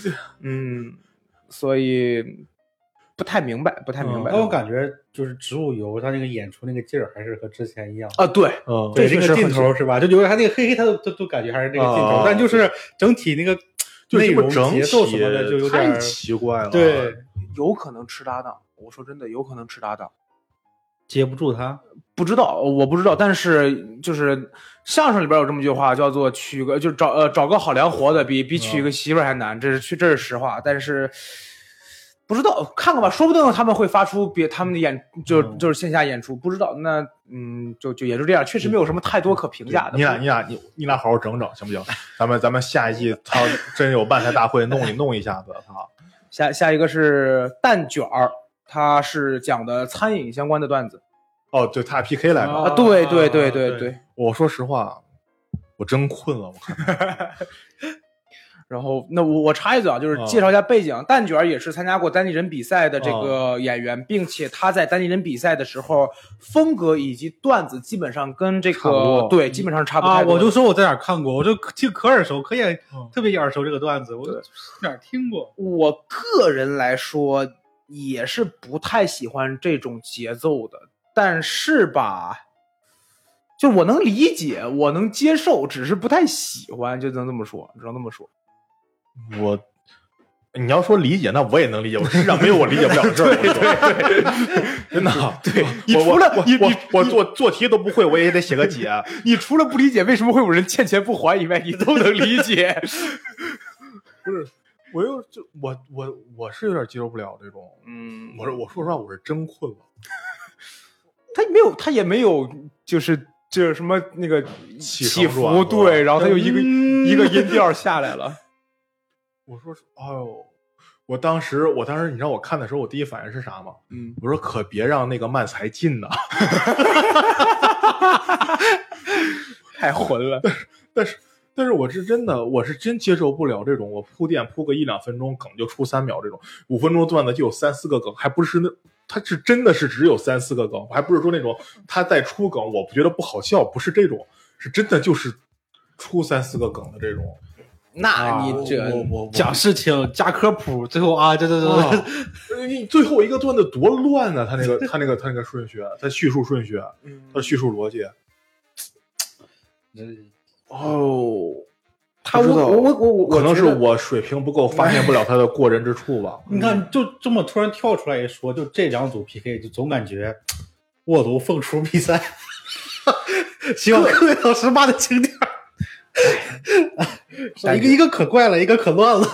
所以不太明白。 但我感觉就是植物油他那个演出那个劲儿还是和之前一样啊，对， 对，这个劲头是吧？就觉得他那个黑他都感觉还是那个劲头，但就是整体那个。内容节奏什么的就有点太奇怪了， 对，有可能吃搭档。我说真的，有可能吃搭档， 接不住他。 不知道，我不知道。但是就是相声里边有这么句话，叫做娶个就找个好凉活的，比娶个媳妇还难，这是实话。但是不知道，看看吧，说不定他们会发出他们的就是线下演出，不知道。那就也就这样，确实没有什么太多可评价的。 你俩好好整行不行？咱们下一季他真有漫才大会弄一下子下一个是蛋卷儿，他是讲的餐饮相关的段子。 对，他 PK 来着。 对。 我说实话，我真困了，我看。 然后，那我插一嘴啊，就是介绍一下背景。蛋卷也是参加过单立人比赛的这个演员，并且他在单立人比赛的时候，风格以及段子基本上跟这个对，基本上差不太多。 我就说我在哪儿看过，我就听可耳熟，特别耳熟这个段子，我哪儿听过。 我个人来说也是不太喜欢这种节奏的，但是吧，就我能理解，我能接受，只是不太喜欢，就能这么说，只能这么说。 你要说理解，那我也能理解。我世上没有我理解不了的事儿。对，真的。 对，你除了我做题都不会，我也得写个解。 你除了不理解为什么会有人欠钱不还以外，你都能理解。 不是，我是有点接受不了这种。我说实话，我是真困了。 他也没有，就是什么那个起伏， 对， 然后他有一个音调下来了。 我说，我当时你知道我看的时候，我第一反应是啥吗？我说可别让那个漫才进呐， 太混了。 但是我是真接受不了这种，我铺垫铺个1-2分钟，梗就出3秒这种，5分钟段子就有3-4个梗，还不是他是真的是只有3-4个梗，还不是说那种他在出梗，我不觉得不好笑，不是这种，是真的就是出3-4个梗的这种。 那你这讲事情加科普，最后你最后一个段子多乱啊！他那个顺序，他叙述顺序，他叙述逻辑， 哦，我可能是我水平不够，发现不了他的过人之处吧。 你看，就这么突然跳出来一说，就这2组 PK， 就总感觉卧族凤雏比赛，希望各位老师骂的轻点。一个可怪了，一个可乱了，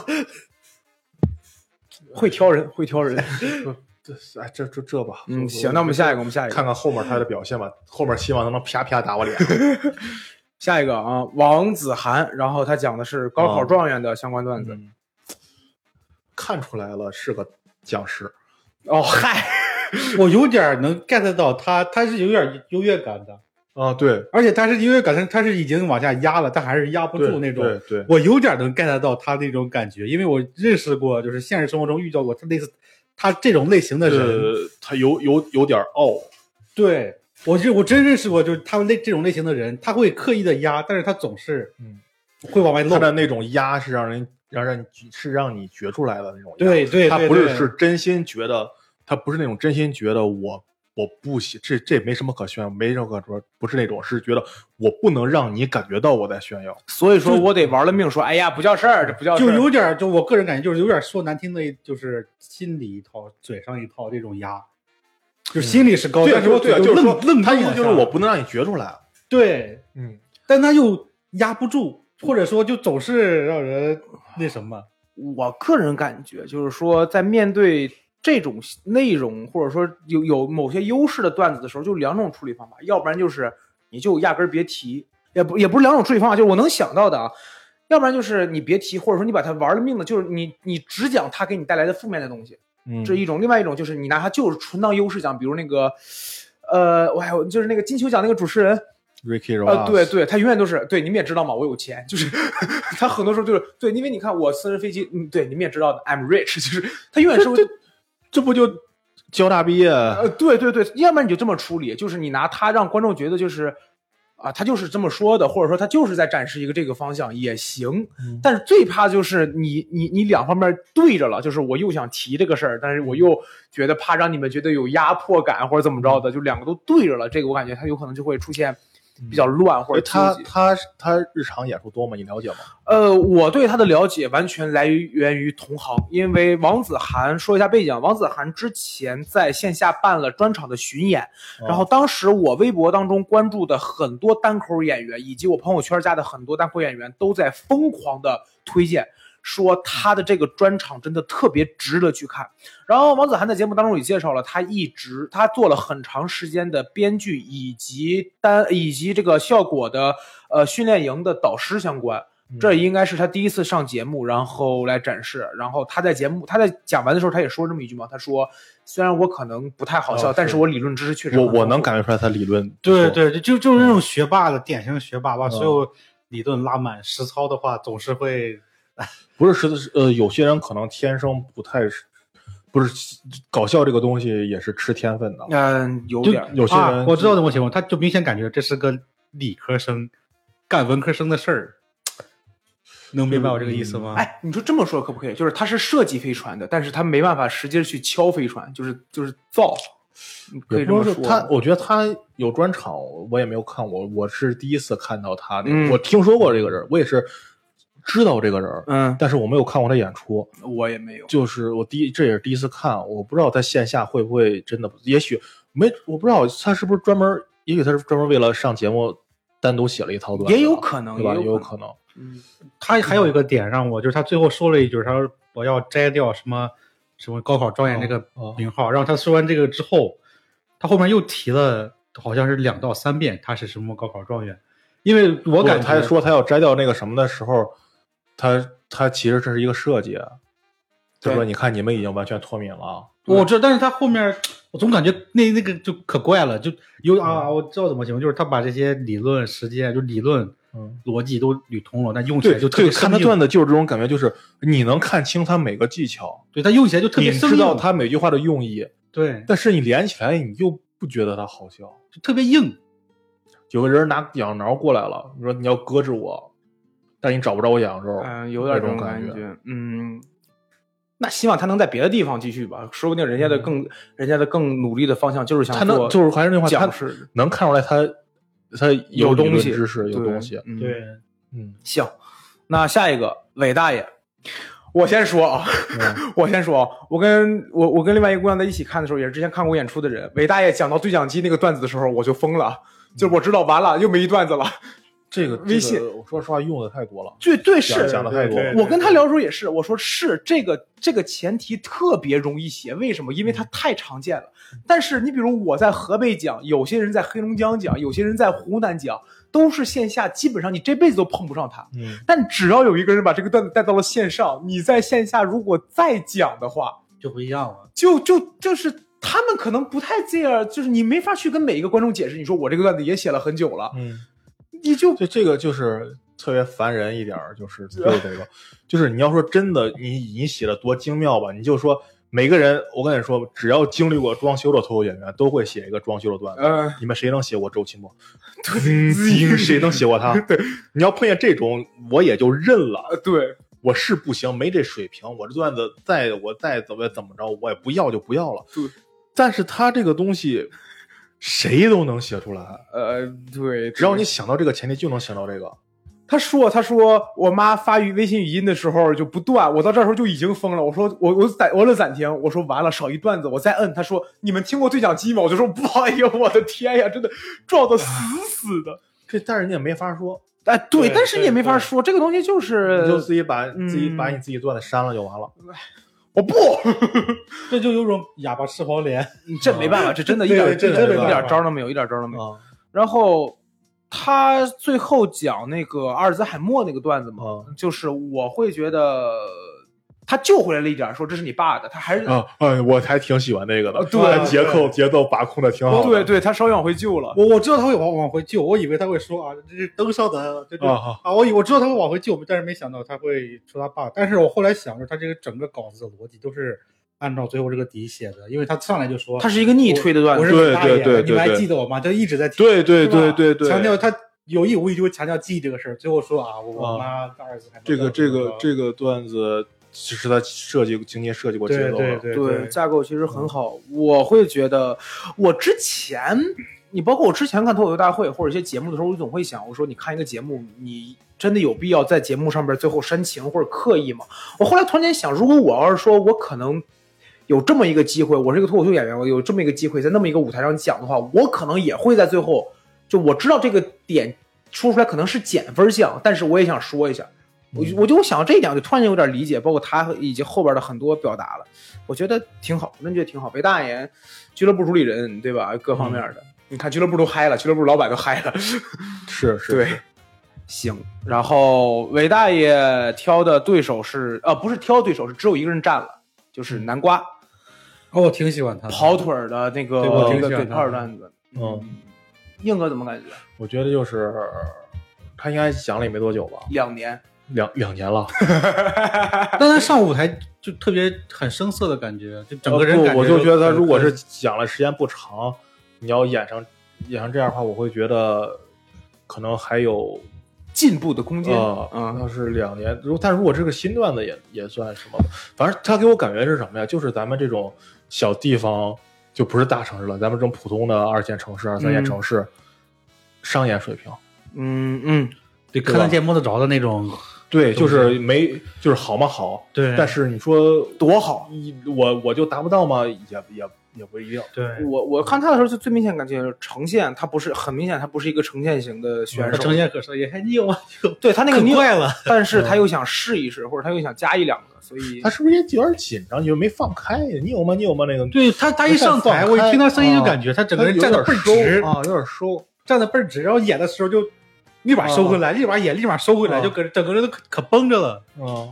会挑人。 哎，这吧。 行，那我们下一个， 看看后面他的表现吧。后面希望能啪啪打我脸。 下一个啊，王子涵，然后他讲的是高考状元的相关段子。 看出来了，是个讲师。 哦嗨， 我有点能 get 到他是有点优越感的。 啊，对， 而且他是优越感，他是已经往下压了，但还是压不住那种。 对， 我有点能 get 到他那种感觉，因为我认识过，就是现实生活中遇到过他类似他这种类型的人， 他有点傲。对， 我真认识过，就是他们这种类型的人，他会刻意的压，但是他总是会往外露。 他的那种压是让你觉出来的那种压。 对， 他不是真心觉得，他不是那种真心觉得我不喜这没什么可炫耀，没什么可说，不是那种，是觉得我不能让你感觉到我在炫耀， 所以说我得玩了命说，哎呀，不叫事儿，这不叫事儿， 就有点，就我个人感觉就是有点说难听的，就是心里一套，嘴上一套这种压，就心里是高，但是我嘴就愣， 他意思就是我不能让你觉出来， 对，但他又压不住，或者说就总是让人那什么。 我个人感觉就是说，在面对这种内容或者说有某些优势的段子的时候，就2种处理方法，要不然就是你就压根别提，也不是2种处理方法，就是我能想到的啊，要不然就是你别提，或者说你把它玩了命的，就是你只讲它给你带来的负面的东西，这一种。另外一种就是你拿它就是纯当优势讲，比如那个就是那个金球奖那个主持人 Ricky Ross， 对，他永远都是对，你们也知道嘛，我有钱，就是他很多时候就是对，因为你看我私人飞机，对，你们也知道的 I'm rich， 就是他永远是这不就交大毕业？ 对，要不然你就这么处理，就是你拿他让观众觉得就是啊，他就是这么说的，或者说他就是在展示一个这个方向也行。但是最怕就是你两方面对着了，就是我又想提这个事儿，但是我又觉得怕让你们觉得有压迫感或者怎么着的，就2个都对着了，这个我感觉他有可能就会出现比较乱或者他日常演出多吗？你了解吗？ 我对他的了解完全来源于同行，因为王子涵说一下背景，王子涵之前在线下办了专场的巡演，然后当时我微博当中关注的很多单口演员以及我朋友圈加的很多单口演员都在疯狂的推荐，说他的这个专场真的特别值得去看。然后王子涵在节目当中也介绍了，他做了很长时间的编剧以及这个效果的训练营的导师相关。这应该是他第一次上节目，然后来展示。然后他在讲完的时候，他也说这么一句嘛，他说：“虽然我可能不太好笑，但是我理论知识确实我能感觉出来他理论。” 对，就是那种学霸的典型学霸，把所有理论拉满，实操的话总是会。 不是有些人可能天生不是搞笑这个东西也是吃天分的。 有点有些人我知道这种情况，他就明显感觉这是个理科生干文科生的事儿。能明白我这个意思吗？ 哎，你说这么说可不可以？就是他是设计飞船的，但是他没办法实际去敲飞船，就是造。可以这么说。 我觉得他有专场，我也没有看过，我是第一次看到他那个。我听说过这个人，我也是知道这个人，但是我没有看过他演出， 我也没有。 就是这也是第一次看，我不知道他线下会不会真的，也许我不知道他是不是专门，也许他是专门为了上节目单独写了一套段子， 也有可能， 对吧？也有可能。 他还有一个点让我，就是他最后说了一句，他说我要摘掉什么高考状元这个名号。然后他说完这个之后，他后面又提了好像是2到3遍他是什么高考状元。因为我感觉他说他要摘掉那个什么的时候，他其实这是一个设计，就说你看你们已经完全脱敏了。 但是他后面我总感觉那个就可怪了，就我知道怎么形容，就是他把这些理论实践就理论逻辑都捋通了，但用起来就特别看他段子就是这种感觉，就是你能看清他每个技巧， 对他用起来就特别生硬， 你知道他每句话的用意， 对， 但是你连起来你又不觉得他好笑， 就特别硬。 有个人拿痒挠过来了，你说你要搁置我，但你找不着我痒肉， 有点这种感觉。那希望他能在别的地方继续吧，说不定人家的更努力的方向就是想做， 就是还是那话， 他能看出来他有东西， 知识，有东西。 对， 行，那下一个韦大爷，我先说啊，我先说，我跟另外一个姑娘在一起看的时候，也是之前看过演出的人。韦大爷讲到对讲机那个段子的时候，我就疯了，就我知道完了又没一段子了。 这个微信， 我说实话用的太多了。 对是讲的太多了。 我跟他聊的时候也是，我说是这个前提特别容易写，为什么？因为它太常见了。但是你比如我在河北讲，有些人在黑龙江讲，有些人在湖南讲，都是线下，基本上你这辈子都碰不上他。但只要有一个人把这个段子带到了线上，你在线下如果再讲的话， 就不一样了。 就是他们可能不太这样，就是你没法去跟每一个观众解释，你说我这个段子也写了很久了，你就这个就是特别烦人一点，就是这个，就是你要说真的，你写的多精妙吧，你就说每个人，我跟你说，只要经历过装修的脱口演员，都会写一个装修的段子。你们谁能写过周奇墨？谁能写过他？ 对， 你要碰见这种，我也就认了。 对， 我是不行，没这水平，我这段子再怎么着，我也不要就不要了。 对， 但是他这个东西。谁都能写出来， 对， 只要你想到这个前提，就能想到这个。 他说我妈发微信语音的时候就不断，我到这时候就已经疯了。我说我摁暂停，我说完了少一段子，我再摁。他说你们听过对讲机吗？我就说不好意思，我的天呀，真的撞得死死的。 但是你也没法说， 对，但是你也没法说，这个东西就是你就自己把你自己段子删了就完了。 我不， 这就有种哑巴吃黄连， 这没办法，这真的一点招都没有，一点招都没有。然后他最后讲那个阿尔兹海默那个段子嘛，就是我会觉得他救回来了一点，说这是你爸的，他还是我还挺喜欢那个的， 对， 节奏把控的挺好的， 对，他稍微往回救了。 我知道他会往回救，我以为他会说这是登上的，我知道他会往回救，但是没想到他会说他爸。但是我后来想着，他这个整个稿子的逻辑都是按照最后这个底写的，因为他上来就说他是一个逆推的段子， 对，你们还记得我吗？他一直在提， 对， 强调他有意无意就会强调记忆这个事儿。最后说我妈儿子还这个段子。其实他精心设计过节奏的， 对，架构其实很好。我会觉得，你包括我之前看脱口秀大会或者一些节目的时候，我总会想，我说你看一个节目，你真的有必要在节目上边最后煽情或者刻意吗？我后来突然间想，如果我要是说我可能有这么一个机会，我是一个脱口秀演员，我有这么一个机会在那么一个舞台上讲的话，我可能也会在最后，就我知道这个点说出来可能是减分项，但是我也想说一下。我就想到这一点，我就突然间有点理解，包括他以及后边的很多表达了，我觉得挺好，真觉得挺好。韦大爷，俱乐部主理人，对吧？各方面的，你看俱乐部都嗨了，俱乐部老板都嗨了， 是， 对，行。然后韦大爷挑的对手是，不是挑对手，是只有一个人站了，就是南瓜。 我挺喜欢他跑腿的那个对跑腿段子。硬哥怎么感觉？ 我觉得就是他应该讲了也没多久吧 ，2年。 两年了， 但他上舞台就特别很生涩的感觉，就整个人感觉我就觉得他如果是讲了时间不长，你要演成这样的话，我会觉得可能还有进步的空间。 要是2年，但如果这个新段子也算什么，反正他给我感觉是什么呀？就是咱们这种小地方，就不是大城市了，咱们这种普通的2线城市、2、3线城市，商业水平， 对，看得见摸得着的那种。 对，就是就是好吗？好， 对。 但是你说多好， 我就达不到吗？也不一定。 对， 我看他的时候，就最明显感觉呈现，他不是很明显，他不是一个呈现型的选手。 呈现可是也还你有啊？ 对他那个怪了， 但是他又想试一试，或者他又想加1、2个，所以他是不是也有点紧张？你就没放开？你有吗？那个？ 对他一上台，我一听他声音就感觉他整个人站得倍儿直有点收， 站得倍儿直，然后演的时候就。立马收回来，立马演，立马收回来，就整个人都可绷着了。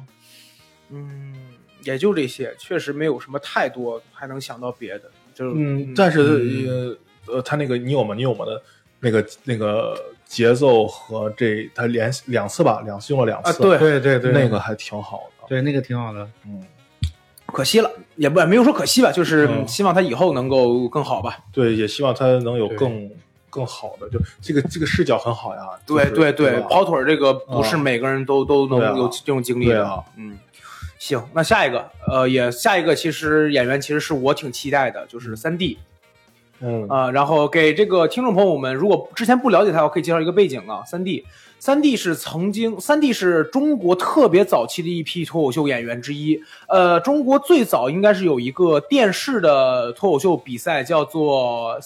也就这些，确实没有什么太多还能想到别的。 但是他那个你有吗的那个节奏和他连2次吧，用了2次。 对， 那个还挺好的。 对，那个挺好的。 可惜了，也没有说可惜吧，就是希望他以后能够更好吧。 对，也希望他能有更好的，就这个视角很好呀。 对，跑腿这个不是每个人都能有这种经历的。行，那下一个其实演员其实是我挺期待的，就是3D。 然后给这个听众朋友们，如果之前不了解他，我可以介绍一个背景啊。三弟是中国特别早期的一批脱口秀演员之一。中国最早应该是有一个电视的脱口秀比赛，叫做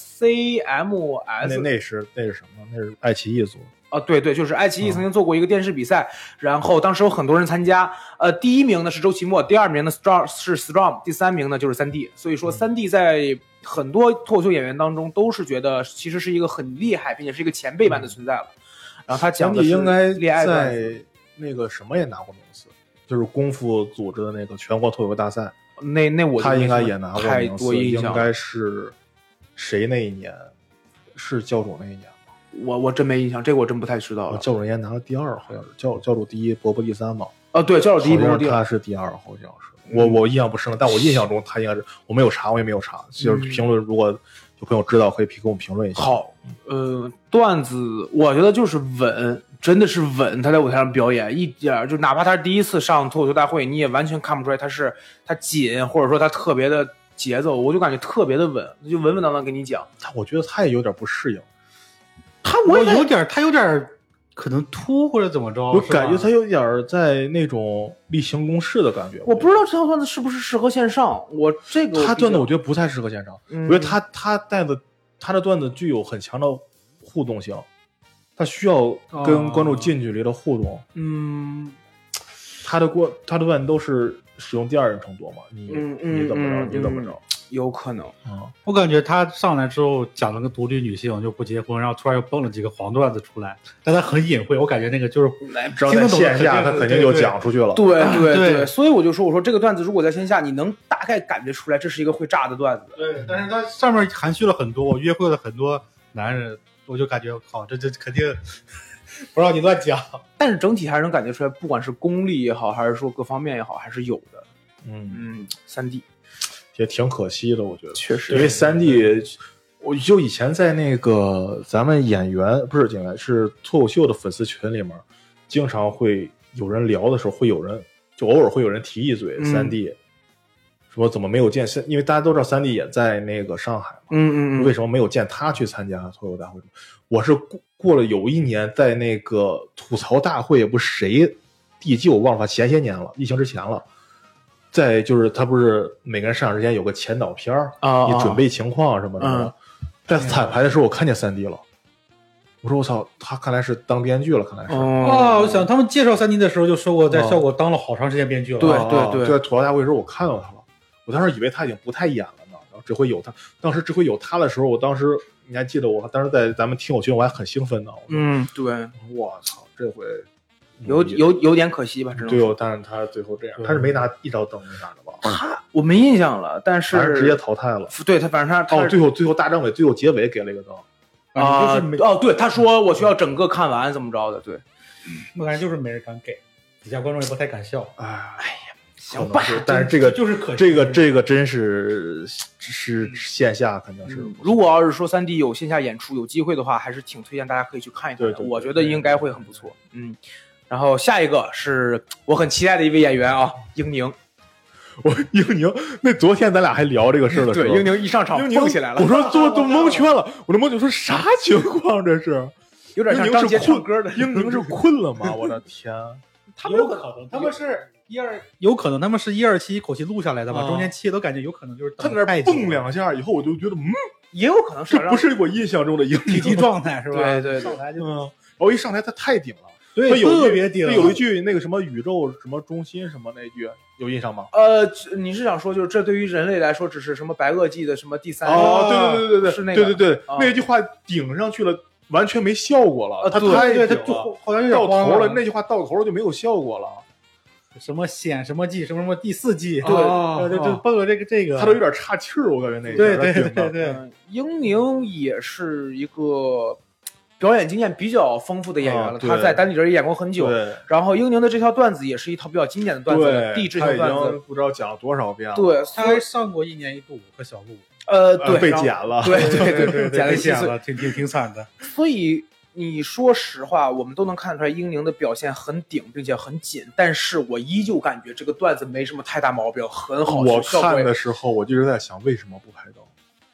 CMS。 那是什么？那是爱奇艺做的。 对，就是爱奇艺曾经做过一个电视比赛，然后当时有很多人参加。第一名呢是周奇墨，第二名呢是 Storm， 第三名呢就是三弟。所以说三弟在很多脱口秀演员当中都是觉得其实是一个很厉害，并且是一个前辈般的存在了。然后他讲的是应该恋爱在那个什么也拿过名次，就是功夫组织的那个全国脱口秀大赛。 那我他应该也拿过太名次， 多印象， 应该是谁那一年？是教主那一年吗？ 我真没印象，这个我真不太知道了。 教主那年拿了第2，好像是教主第1，伯伯第3嘛。 对，教主第1，伯伯第2， 他是第2，好像是。我印象不深了，但我印象中他应该是，我没有查，我也没有查。就是评论，如果有朋友知道，可以给我们评论一下。 好，段子我觉得就是稳，真的是稳。他在舞台上表演一点，就哪怕他是第一次上脱口秀大会，你也完全看不出来他紧，或者说他特别的节奏，我就感觉特别的稳，就稳稳当当跟你讲。 我觉得他也有点不适应， 他有点可能秃或者怎么着， 我感觉他有点在那种例行公事的感觉。 我不知道这条段子是不是适合线上， 他段子我觉得不太适合线上，我觉得他的段子具有很强的互动性，他需要跟观众近距离的互动。他的段子都是使用第二人称多嘛？你怎么着？ 有可能我感觉他上来之后讲了个独立女性就不结婚，然后突然又蹦了几个黄段子出来，但他很隐晦，我感觉那个就是听得懂线下他肯定就讲出去了。 对，所以我说这个段子如果在线下，你能大概感觉出来这是一个会炸的段子。 对，但是他上面含蓄了很多，我约会了很多男人，我就感觉好，这肯定不让你乱讲。 但是整体还是能感觉出来，不管是功力也好，还是说各方面也好，还是有的。三弟也挺可惜的，我觉得确实， 因为三弟，我就以前在那个咱们演员不是演员是脱口秀的粉丝群里面，经常会有人聊的时候，会有人就偶尔会有人提一嘴三弟，说怎么没有见，因为大家都知道三弟也在那个上海嘛，为什么没有见他去参加脱口大会？我是过了有一年在那个吐槽大会，也不是谁第几我忘了，前些年了，疫情之前了。再就是他不是每个人上场之前有个前导片你准备情况什么的。在彩排的时候我看见三弟了，我说我操，他看来是当编剧了，看来是。 我想他们介绍三弟的时候就说过，在效果当了好长时间编剧了。 对， 就在吐槽大会的时候我看到他了，我当时以为他已经不太演了呢，然后只会有他。当时只会有他的时候，我当时你还记得我当时在咱们听友群我还很兴奋呢。 对， 我操，这回。 有点可惜吧，这种。 对，但是他最后这样，他是没拿一招灯没拿的吧？ 我没印象了，但是直接淘汰了。 对他，反正他最后大张伟最后结尾给了一个灯对，他说我需要整个看完怎么着的，对， 我感觉就是没人敢给，底下观众也不太敢笑。 哎呀，行吧， 但是这个就是可惜， 这个真是线下肯定是。 如果要是说三弟有线下演出有机会的话，还是挺推荐大家可以去看一看的，我觉得应该会很不错。然后下一个是我很期待的一位演员啊，英宁。 英宁，那昨天咱俩还聊这个事的时候， 对，英宁一上场蹦起来了， 我说都蒙圈了，我都蒙圈，说啥情况这是？ 有点像张杰唱歌的。 英宁是困了吗？我的天！ 他们有可能，他们是有可能他们是1、2期一口气录下来的吧？中间切都感觉有可能就是他在那蹦2下以后，我就觉得也有可能是这不是我印象中的英宁体积状态是吧？ 对， 上台就然后一上台他太顶了。 对，特别顶。 有一句那个什么宇宙什么中心什么那句有印象吗？ 你是想说就是这对于人类来说只是什么白垩纪的什么第3？ 对， 是那个对，那句话顶上去了，完全没效果了。他太顶了， 他就好像到头了，那句话到头了就没有效果了。 什么显什么季什么第4季， 对， 就蹦了这个， 他都有点岔气儿，我感觉那个。 对， 英宁也是一个表演经验比较丰富的演员了，他在单立人也演过很久。然后英宁的这条段子也是一套比较经典的段子，励志型段子， 不知道讲了多少遍了。 对， 他还上过1年1度和小鹿。 对， 被剪了。 对， 剪了，挺惨的。 所以你说实话，我们都能看出来英宁的表现很顶，并且很紧，但是我依旧感觉这个段子没什么太大毛病，很好。 我看的时候我就一直在想，为什么不拍灯？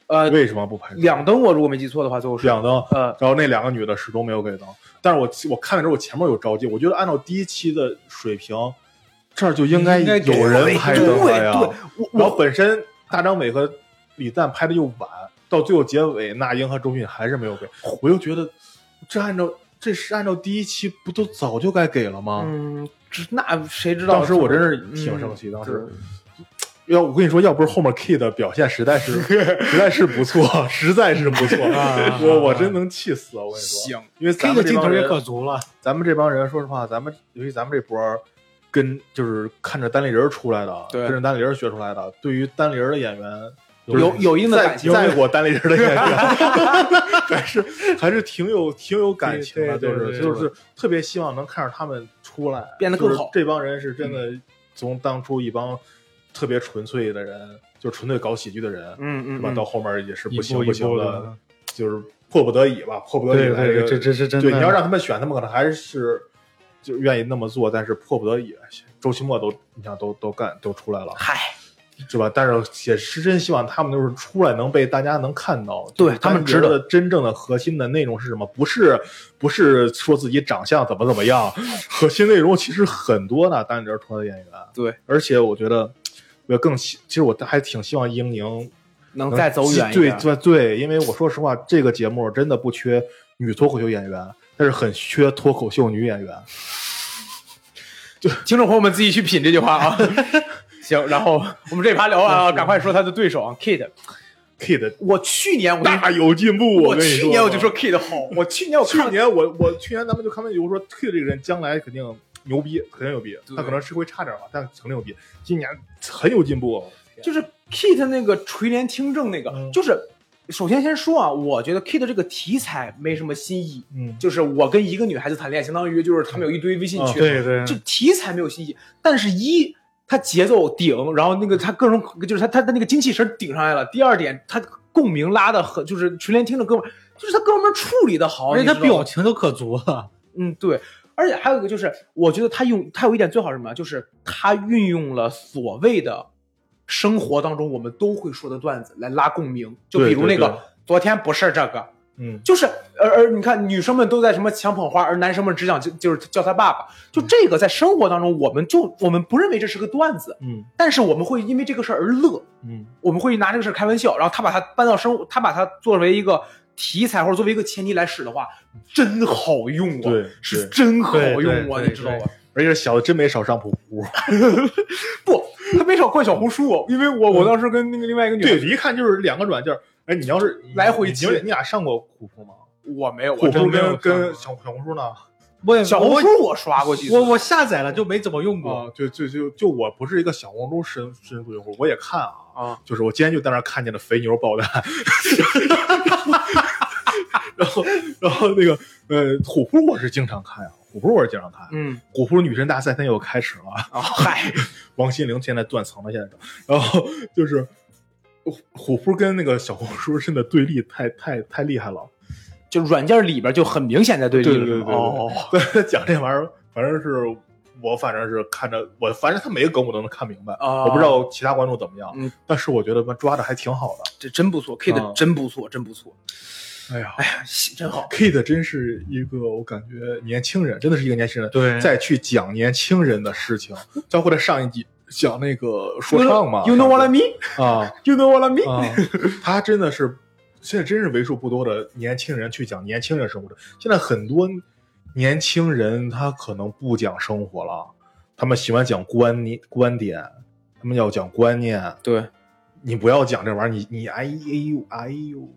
为什么不拍出来？ 两灯我如果没记错的话，最后是两灯，然后那2个女的始终没有给灯。但是我看了之后，我前面有着急，我觉得按照第1期的水平，这儿就应该有人拍灯了呀。然后本身大张伟和李诞拍的又晚，到最后结尾，那英和周迅还是没有给，我又觉得这是按照第1期不都早就该给了吗？ 那谁知道？ 当时我真是挺生气，当时。我跟你说，要不是后面 Kid 的表现实在是不错，实在是不错，我真能气死我跟你说。 行， 因为咱们镜头也可足了。 咱们这帮人，说实话，尤其咱们这波就是看着单立人出来的，跟着单立人学出来的，对于单立人的演员有一定的感情， 在过单立人的演员，还是挺有感情的，就是特别希望能看着他们出来变得更好。 这帮人是真的从当初一帮特别纯粹的人，就是纯粹搞喜剧的人，是吧？到后面也是不行的，就是迫不得已吧，迫不得已来这是真的。 对，你要让他们选，他们可能还是就愿意那么做，但是迫不得已，周奇墨你想都出来了， 嗨， 是吧？但是也是真希望他们就是出来能被大家能看到， 对他们值得真正的核心的内容是什么？不是说自己长相怎么样，核心内容其实很多的，单立人出来的演员， 对， 而且我觉得。其实我还挺希望英宁能再走远一点。 对，因为我说实话，这个节目真的不缺女脱口秀演员，但是很缺脱口秀女演员。 就听众朋友们自己去品这句话啊。行，然后我们这一趴聊完啊，赶快说他的对手啊 ，Kid。我去年大有进步，我跟你说， 去年我就说 Kid 好，我去年咱们就看完以后说 Kid 这个人将来肯定牛逼，他可能是会差点吧，但很牛逼。今年很有进步， 就是 Kid 那个垂帘听政那个，就是首先说啊，我觉得 Kid 这个题材没什么新意，就是我跟一个女孩子谈恋爱，相当于就是他们有一堆微信群， 对， 就题材没有新意，但是他节奏顶，然后那个他各种就是他那个精气神顶上来了。第二点，他共鸣拉的很，就是垂帘听的哥们，就是他哥们处理的好， 而且他表情都可足了， 对。而且还有一个就是，我觉得他有一点最好是什么，就是他运用了所谓的生活当中我们都会说的段子来拉共鸣，就比如那个昨天不是这个，就是而你看女生们都在什么抢捧花，而男生们只想就是叫他爸爸，就这个在生活当中我们不认为这是个段子，但是我们会因为这个事儿而乐，我们会拿这个事儿开玩笑，然后他把它搬到他把它作为一个题材或者作为一个前提来使的话，真好用啊！ 对， 是真好用啊，你知道吧？ 而且小子真没少上普普， 不，他没少灌小红书，因为我当时跟那个另外一个女对，一看就是2个软件。哎，你要是来回切， 你俩上过虎扑吗？ 我没有， 虎扑跟小红书呢？ 小红书我刷过几次， 我下载了就没怎么用过。 就我不是一个小红书深度用户，我也看啊，就是我今天就在那看见了肥牛爆弹，然后那个虎扑我是经常看啊，虎扑女神大赛现在又开始了嗨， 王心凌现在断层了，现在然后就是虎扑跟那个小红书真的对立太厉害了。 就软件里边就很明显在对立了。对，讲这玩意儿，反正是看着反正他每个梗我都能看明白。我不知道其他观众怎么样，但是我觉得抓的还挺好的。 这真不错 ，Kid 真不错。 哎呀， 真好 ，Kid 真是一个我感觉年轻人，真的是一个年轻人。 对， 再去讲年轻人的事情，包括在上一集讲那个说唱嘛 ，You know what I mean 啊 ，You know what I mean， 他真的是。现在真是为数不多的年轻人去讲年轻人生活的。现在很多年轻人他可能不讲生活了，他们喜欢讲观点，他们要讲观念。 对， 你不要讲这玩意儿，你哎呦，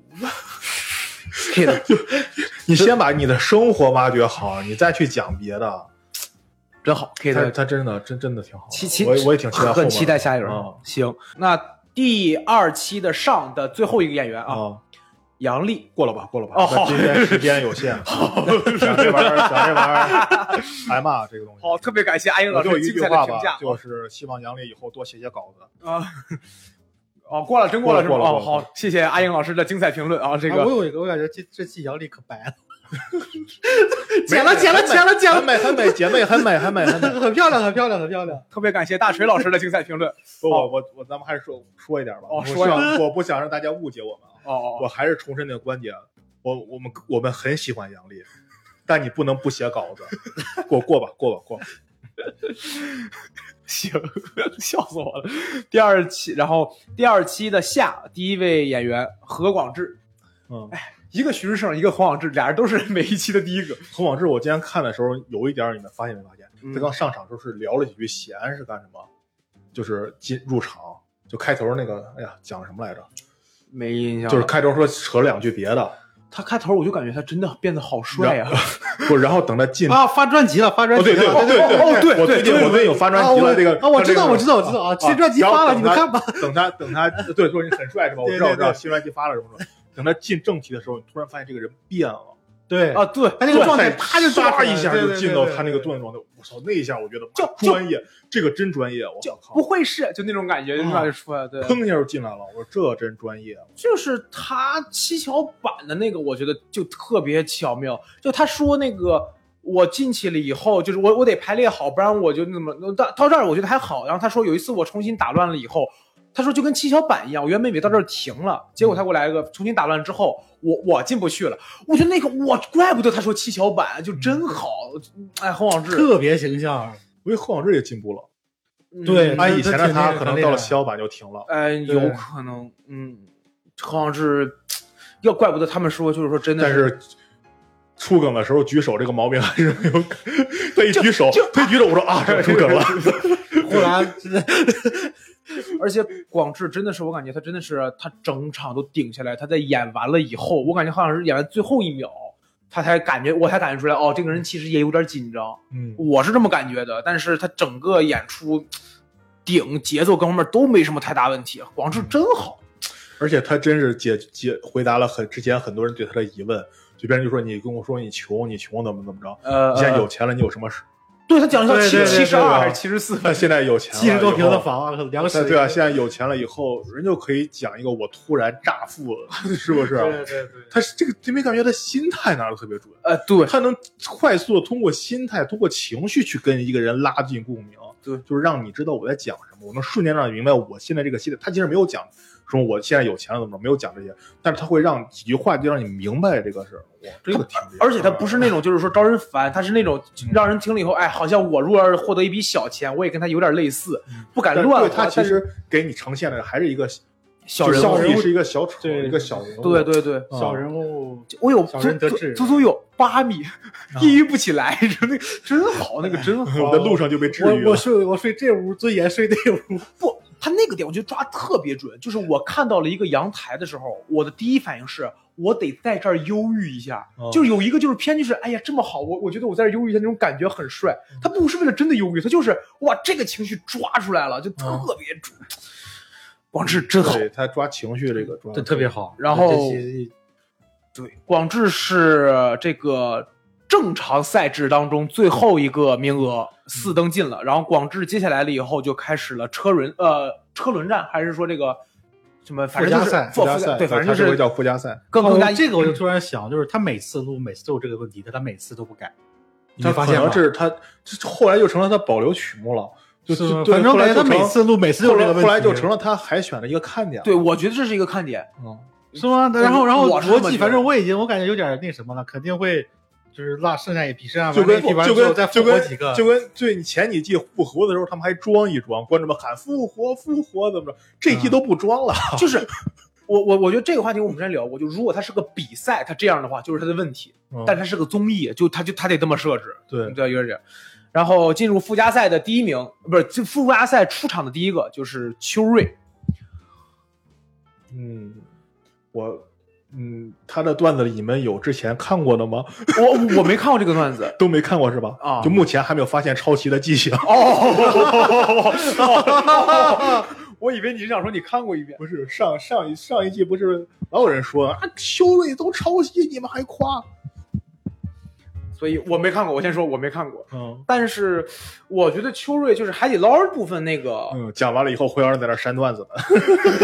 你先把你的生活挖掘好，你再去讲别的。 真好， 他真的挺好的。 我也挺期待， 很期待下一轮。行，那第2期的上的最后一个演员啊。杨笠过了吧。好，今天时间有限，讲这玩意儿，挨骂这个东西。 好，特别感谢阿英老师精彩的评价， 就是希望杨笠以后多写稿子啊。过了，真过了是吧？好，谢谢阿英老师的精彩评论啊。这个我有一个，我感觉这季杨笠可白了。 剪了， 很美，姐妹很美， 很漂亮，很漂亮。 特别感谢大锤老师的精彩评论。 咱们还是说一点吧。我不想让大家误解我们。我还是重申那个观点，我们很喜欢杨笠，但你不能不写稿子。过吧。 行，笑死我了。第二期的第一位演员何广智，一个徐志胜，一个何广智，俩人都是每一期的第一个。 何广智，我今天看的时候有一点你们发现没发现？他刚上场时候是聊了几句闲，是干什么？就是入场就开头那个，哎呀，讲什么来着？ 没印象。 就是开头说扯了两句别的。 他开头我就感觉他真的变得好帅啊！ 不，然后等他进发专辑了， 对，我最近有发专辑了，这个我知道啊，新专辑发了，你们看吧。 等他对，说你很帅是吧？我知道，新专辑发了什么的。等他进正题的时候，你突然发现这个人变了。 对啊，对， 他那个状态啪就唰一下就进到他那个状态，我操，那一下我觉得专业，这个真专业，我靠， 不会是就那种感觉，一下就出来，对， 砰一下就进来了，我说这真专业。 就是他七巧板的那个，我觉得就特别巧妙，就他说那个我进去了以后，就是我得排列好，不然我就那么到这儿我觉得还好。然后他说有一次我重新打乱了以后。他说就跟七巧板一样，我原本以为到这儿停了，结果他给我来了个重新打乱之后，我进不去了。我觉得那个怪不得他说七巧板就真好。哎，何广智特别形象， 我觉得何广智也进步了。 对， 按以前的他可能到了七巧板就停了。 有可能，何广智要怪不得他们说就是说真的， 但是出梗的时候举手这个毛病还是没有。他一举手，我说啊，出梗了。 忽然。 而且广智真的是，我感觉他真的是他整场都顶下来。他在演完了以后，我感觉好像是演完最后一秒，我才感觉出来，这个人其实也有点紧张。我是这么感觉的。但是他整个演出节奏各方面都没什么太大问题。广智真好， 而且他真是回答了之前很多人对他的疑问。就别人就说你跟我说你穷怎么着？你现在有钱了，你有什么事？ 对他讲了72还是74， 他现在有钱了 ，70多平的房，2室。 对啊，现在有钱了以后，人就可以讲一个我突然乍富了，是不是？ 对。 他是这个，你没感觉他心态拿的特别准？ 对， 他能快速的通过心态、通过情绪去跟一个人拉近共鸣。 对， 就是让你知道我在讲什么，我能瞬间让你明白我现在这个心态。他其实没有讲说我现在有钱了怎么着，没有讲这些，但是他会让几句话就让你明白这个事儿。这个而且他不是那种就是说招人烦，他是那种让人听了以后，好像我如果获得一笔小钱，我也跟他有点类似，不敢乱。 对，他其实给你呈现的还是一个小人物， 是一个小丑，一个小人物。 对， 小人物。 我有小人得志， 足足有8米，抑郁不起来，那个真好，那个真好。 我在路上就被治愈了。 我睡这屋，尊严睡那屋。 不，他那个点我觉得抓特别准，就是我看到了一个阳台的时候，我的第一反应是我得在这儿忧郁一下，就是有一个就是偏就是哎呀这么好，我觉得我在这儿忧郁一下那种感觉很帅。他不是为了真的忧郁，他就是哇这个情绪抓出来了，就特别准。广智真好， 他抓情绪这个抓特别好。 然后对，广智是这个正常赛制当中最后一个名额，4登进了。然后广智接下来了以后就开始了车轮战，还是说这个什么反正就是附加赛， 对，反正就是叫附加赛。 更加这个我就突然想，就是他每次都有这个问题，但他每次都不改。 你发现吗？这是他后来就成了他保留曲目了。 反正感觉他每次就这个问题， 后来就成了他海选的一个看点。 对，我觉得这是一个看点， 是吗？然后逻辑，反正我感觉有点那什么了，肯定会就是剩下一批，剩下就跟再复活几个， 就跟对前几季复活的时候，他们还装一装，观众们喊复活怎么着？这一季都不装了， 就是我觉得这个话题我们之前聊过，就如果它是个比赛，它这样的话就是它的问题，但它是个综艺，他得这么设置，对，有点这样。然后进入附加赛的第一名，不是附加赛出场的第一个就是邱瑞。 他的段子里你们有之前看过的吗？ 我没看过这个段子， 都没看过是吧？啊，就目前还没有发现抄袭的迹象。 我以为你是想说你看过一遍， 不是上一季不是老有人说啊邱瑞都抄袭，你们还夸。 所以我没看过，我先说我没看过。但是我觉得邱瑞就是海底捞部分那个， 讲完了以后会有人在那删段子的。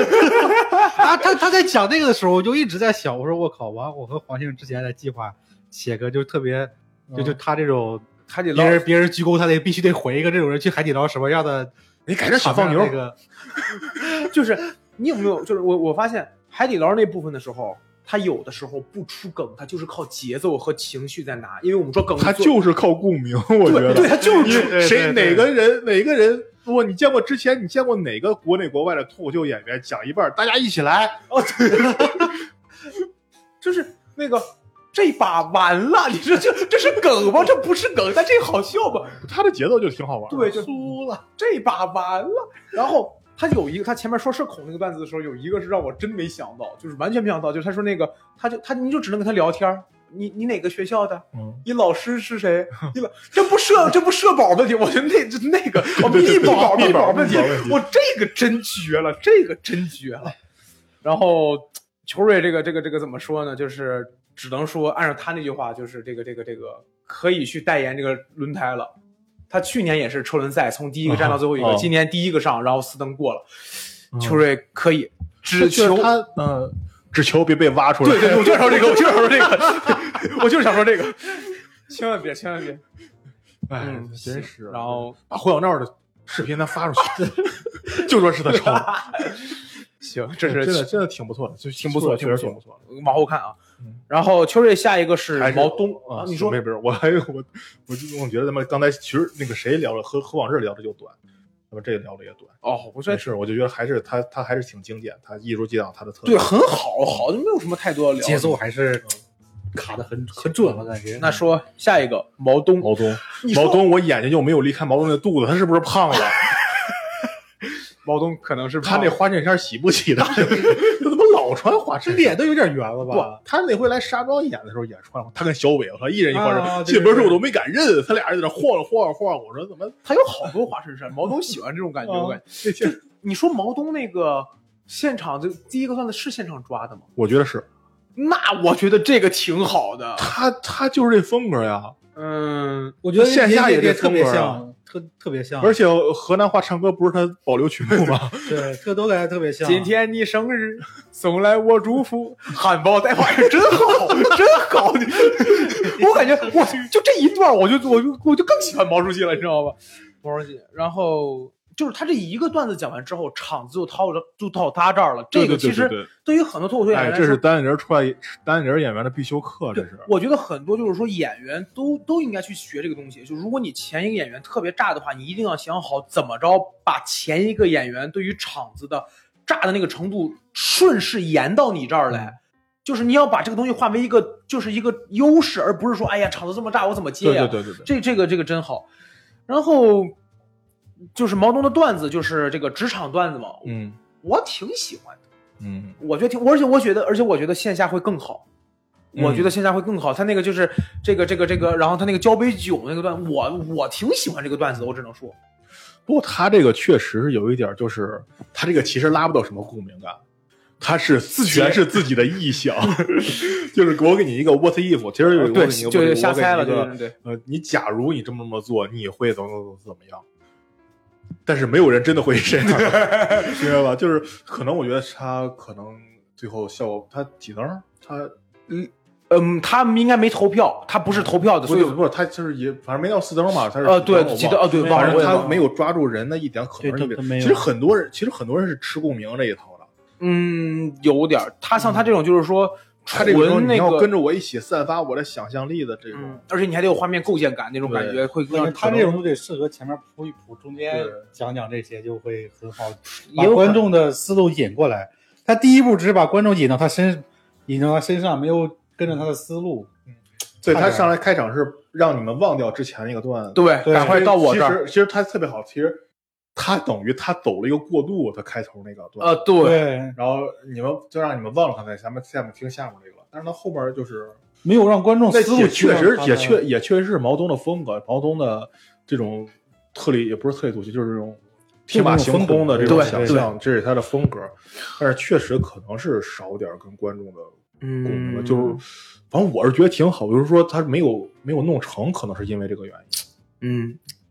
他在讲那个的时候，我就一直在想，我说我靠，我和黄先生之前在计划写个就特别就他这种海底捞别人鞠躬他必须得回一个这种人去海底捞什么样的？ 你改成小放牛那个， 就是你有没有就是我发现海底捞那部分的时候。他有的时候不出梗，他就是靠节奏和情绪在拿，因为我们说梗， 他就是靠共鸣，我觉得， 对，他就是谁哪个人，如果你见过之前，你见过哪个国内国外的脱口秀演员讲一半，大家一起来， 哦，对，就是那个这把完了，你说这是梗吗？这不是梗，但这好笑吧？ 他的节奏就挺好玩， 对，就输了， 这把完了，然后。他有一个，他前面说社恐那个段子的时候，有一个是让我真没想到，就是完全没想到，就是他说那个，你就只能跟他聊天，你哪个学校的？你老师是谁？这不社保问题，我觉得那个密保问题，我这个真绝了，然后裘瑞这个怎么说呢？就是只能说按照他那句话，就是这个可以去代言这个轮胎了。他去年也是车轮赛，从第一个站到最后一个，今年第一个上，然后4登过了。裘瑞可以，只求别被挖出来。 对，我就是想说这个，千万别。 哎，真是。 然后把胡小闹的视频他发出去，就说是他抄。 行，这是真的挺不错的，就挺不错， 确实挺不错的。 往后看啊，然后裘瑞下一个是毛东啊， 你说没有，我觉得咱们刚才其实那个谁聊了和往日聊的就短，那么这个聊的也短哦，我觉得我就觉得还是他还是挺经典，他一如既往他的特色， 对，很好，就没有什么太多的聊， 节奏还是卡的很准了，感觉。 那说下一个毛东， 我眼睛就没有离开毛东的肚子，他是不是胖了？ 毛东可能是他那花衬衫洗不起的，他怎么老穿花衬衫？ 脸都有点圆了吧？ 不，他那回来沙庄演的时候也穿了，他跟小伟我说一人一花衬衫，进门时候我都没敢认，他俩人在那晃，我说怎么？ 他有好多花衬衫，毛东喜欢这种感觉，我感觉。就你说毛东那个现场就第一个段子是现场抓的吗？ 我觉得是。 那我觉得这个挺好的， 他就是这风格呀。 我觉得线下也特别像，特别像。 而且河南话唱歌不是他保留曲目吗？ 对，这都感觉特别像。 今天你生日，送来我祝福，汉堡带花真好，真好。我感觉我就这一段，我就更喜欢毛书记了，你知道吧？毛书记，然后。就是他这一个段子讲完之后，场子就到他这儿了。这个其实对于很多脱口秀演员来说， 这是单人演员的必修课。这是我觉得很多就是说演员都应该去学这个东西。就如果你前一个演员特别炸的话，你一定要想好怎么着把前一个演员对于场子的炸的那个程度顺势延到你这儿来。就是你要把这个东西化为一个优势，而不是说哎呀场子这么炸我怎么接呀？ 对， 这个真好。然后。就是毛东的段子，就是这个职场段子嘛，我挺喜欢的，我觉得而且我觉得线下会更好，他那个就是这个，然后他那个交杯酒那个段，我挺喜欢这个段子的，我只能说， 不过他这个确实是有一点，就是他这个其实拉不到什么共鸣感，他是全是自己的臆想，就是我给你一个 what if， 其实对，就瞎猜了，对， 你假如你这么做，你会怎么样？但是没有人真的会这样，明白吧？就是可能我觉得他可能最后效果，他几登？ 他们应该没投票，他不是投票的，所以不，他就是也反正没到4登嘛，他是对，记得对， 反正他没有抓住人的一点，可能是其实很多人是吃共鸣这一套的， 有点，他像他这种就是说。 他这个你要跟着我一起散发我的想象力的这种， 而且你还得有画面构建感，那种感觉会更。 他这种都得适合前面铺一铺，中间讲这些就会很好，把观众的思路引过来。他第一步只是把观众引到他身上，没有跟着他的思路。 所以他上来开场是让你们忘掉之前那个段子， 对，赶快到我这儿。 其实他特别好，其实。他等于他走了一个过渡，他开头那个段对， 然后你们就让你们忘了刚才下面听下面这个了，但是他后边就是没有让观众思路， 也确实是毛东的风格，毛东的这种也不是特立独行，就是这种天马行空的这种想象，这是他的风格，但是确实可能是少点跟观众的共鸣，就是反正我是觉得挺好，就是说他没有弄成，可能是因为这个原因。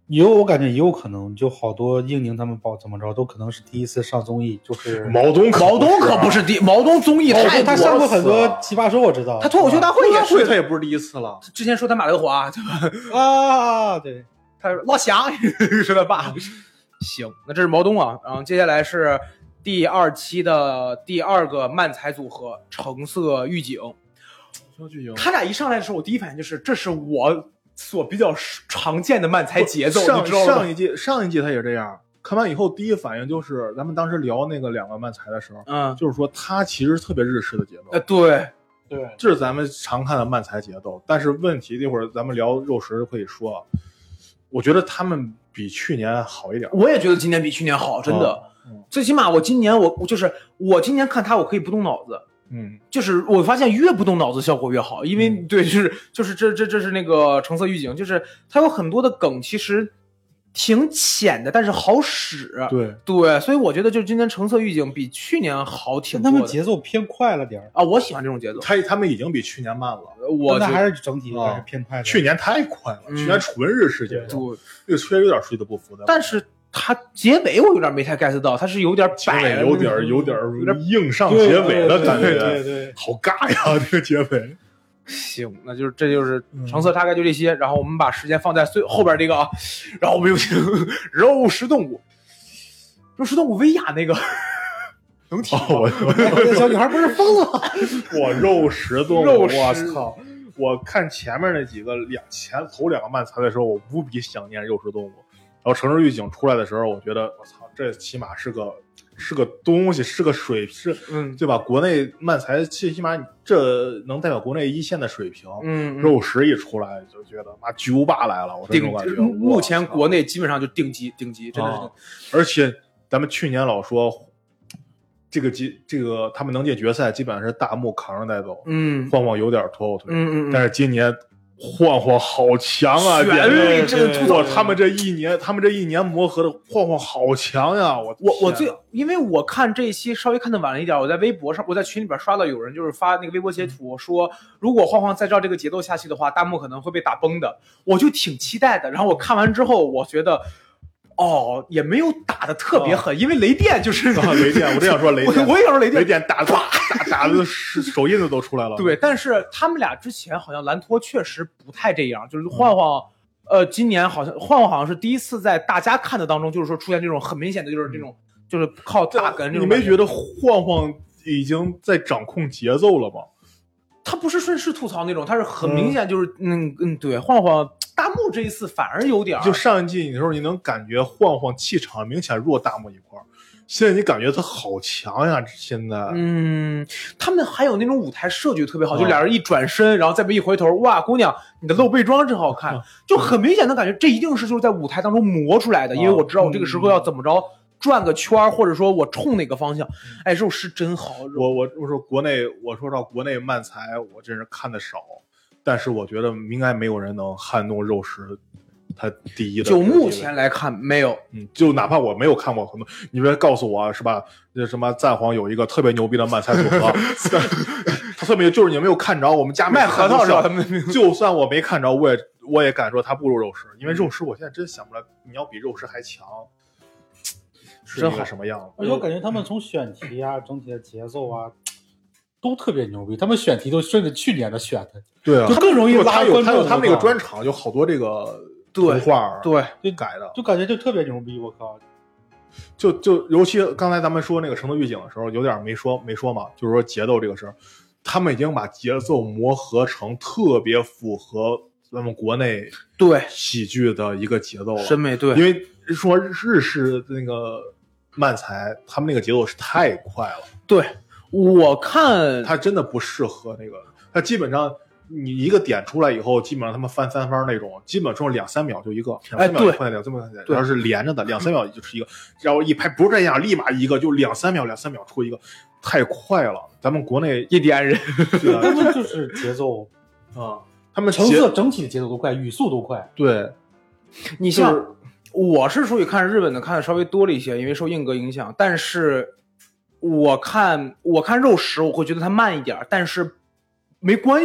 我感觉也有可能，就好多应宁他们怎么着都可能是第一次上综艺，就是毛东可不是毛东综艺太多了， 他上过很多奇葩说，我知道， 他脱口秀大会也是， 他也不是第一次了。 之前说他马德华，对吧？ 啊，对， 他说老乡是他爸。行，那这是毛东啊，然后接下来是第2期的第2个漫才组合橙色预警。他俩一上来的时候，我第一反应就是这是我所比较常见的漫才节奏。 上一季他也这样，看完以后第一反应就是咱们当时聊那个2个漫才的时候，就是说他其实特别日式的节奏。 对， 这是咱们常看的漫才节奏。但是问题一会儿咱们聊肉食可以说，我觉得他们比去年好一点。 我也觉得今年比去年好，真的。最起码我今年我今年看他我可以不动脑子。就是我发现越不动脑子效果越好，因为对，就是这是那个橙色预警，就是它有很多的梗其实挺浅的，但是好使。对，所以我觉得就是今年橙色预警比去年好挺多的。 他们节奏偏快了点啊，我喜欢这种节奏。 他们已经比去年慢了， 那还是整体还是偏快的。 去年太快了，去年纯日式节奏，这个确实有点水土不服的。 但是他结尾我有点没太 get 到，他是有点摆， 有点硬上结尾的感觉， 对， 好尬呀这个结尾。 行，那这就是橙色，大概就这些。然后我们把时间放在后边这个啊，然后我们有请肉食动物薇娅那个能听吗？ 那小女孩不是疯了？ 我肉食动物，我操！我看前面那几个头2个漫才的时候，我无比想念肉食动物。然后橙色预警出来的时候，我觉得我操，这起码是个东西，是个水平，对吧？国内漫才起码这能代表国内1线的水平。肉食一出来就觉得妈巨无霸来了，我这种感觉。 目前国内基本上就顶级，真的是。 而且咱们去年老说这个他们能进决赛，基本上是大木扛着带走，晃晃有点拖后腿，但是今年。晃晃好强啊！ 旋律真的哇，他们这一年磨合的晃晃好强呀！ 因为我看这一期稍微看的晚了一点，我在微博上，我在群里边刷到有人就是发那个微博截图说，如果晃晃再照这个节奏下去的话，大木可能会被打崩的，我就挺期待的。然后我看完之后，我觉得。也没有打的特别狠，因为雷电就是雷电，我真想说雷电， 我也想说雷电打的手印子都出来了。 对，但是他们俩之前好像蓝托确实不太这样，就是晃晃，今年晃晃好像是第一次在大家看的当中，就是说出现这种很明显的就是这种就是靠大梗这种。 你没觉得晃晃已经在掌控节奏了吗？ 他不是顺势吐槽那种，他是很明显就是对，晃晃。大木这一次反而有点， 就上一季的时候，你能感觉晃晃气场明显弱大木一块，现在你感觉他好强呀！现在， 他们还有那种舞台设计特别好，就俩人一转身，然后再一回头，哇，姑娘，你的露背装真好看，就很明显的感觉，这一定是就是在舞台当中磨出来的，因为我知道我这个时候要怎么着转个圈，或者说我冲哪个方向。哎，肉食真好。 我说国内，我说到国内漫才，我真是看的少。但是我觉得应该没有人能撼动肉食他第一的。 就目前来看没有， 就哪怕我没有看过很多，你别告诉我是吧？那什么赞皇有一个特别牛逼的漫才组合，他特别就是你没有看着，我们家卖核桃是吧？ 就算我没看着，我也敢说他不如肉食，因为肉食我现在真想不来，你要比肉食还强，是一个什么样子？ 我感觉他们从选题啊、整体的节奏啊。都特别牛逼，他们选题都顺着去年的选的， 对啊， 就更容易拉观众。 他们那个专场有好多这个图画， 对改的， 就感觉就特别牛逼。我靠， 就尤其刚才咱们说那个橙色预警的时候，有点没说嘛，就是说节奏这个事儿，他们已经把节奏磨合成特别符合咱们国内对喜剧的一个节奏了。 审美对， 因为说日式那个漫才，他们那个节奏是太快了， 对。我看他真的不适合那个，他基本上你一个点出来以后，基本上他们翻3番那种，基本上2-3秒就一个，2-3秒换2-3秒，然后是连着的，2-3秒就是一个，然后一拍不是这样，立马一个就2-3秒出一个，太快了。咱们国内印第安人， 对啊，他们就是节奏啊，他们橙色整体的节奏都快，语速都快。 对， 你像我是属于看日本的看的稍微多了一些，因为受硬哥影响，但是。我看肉食，我会觉得它慢一点，但是没关系，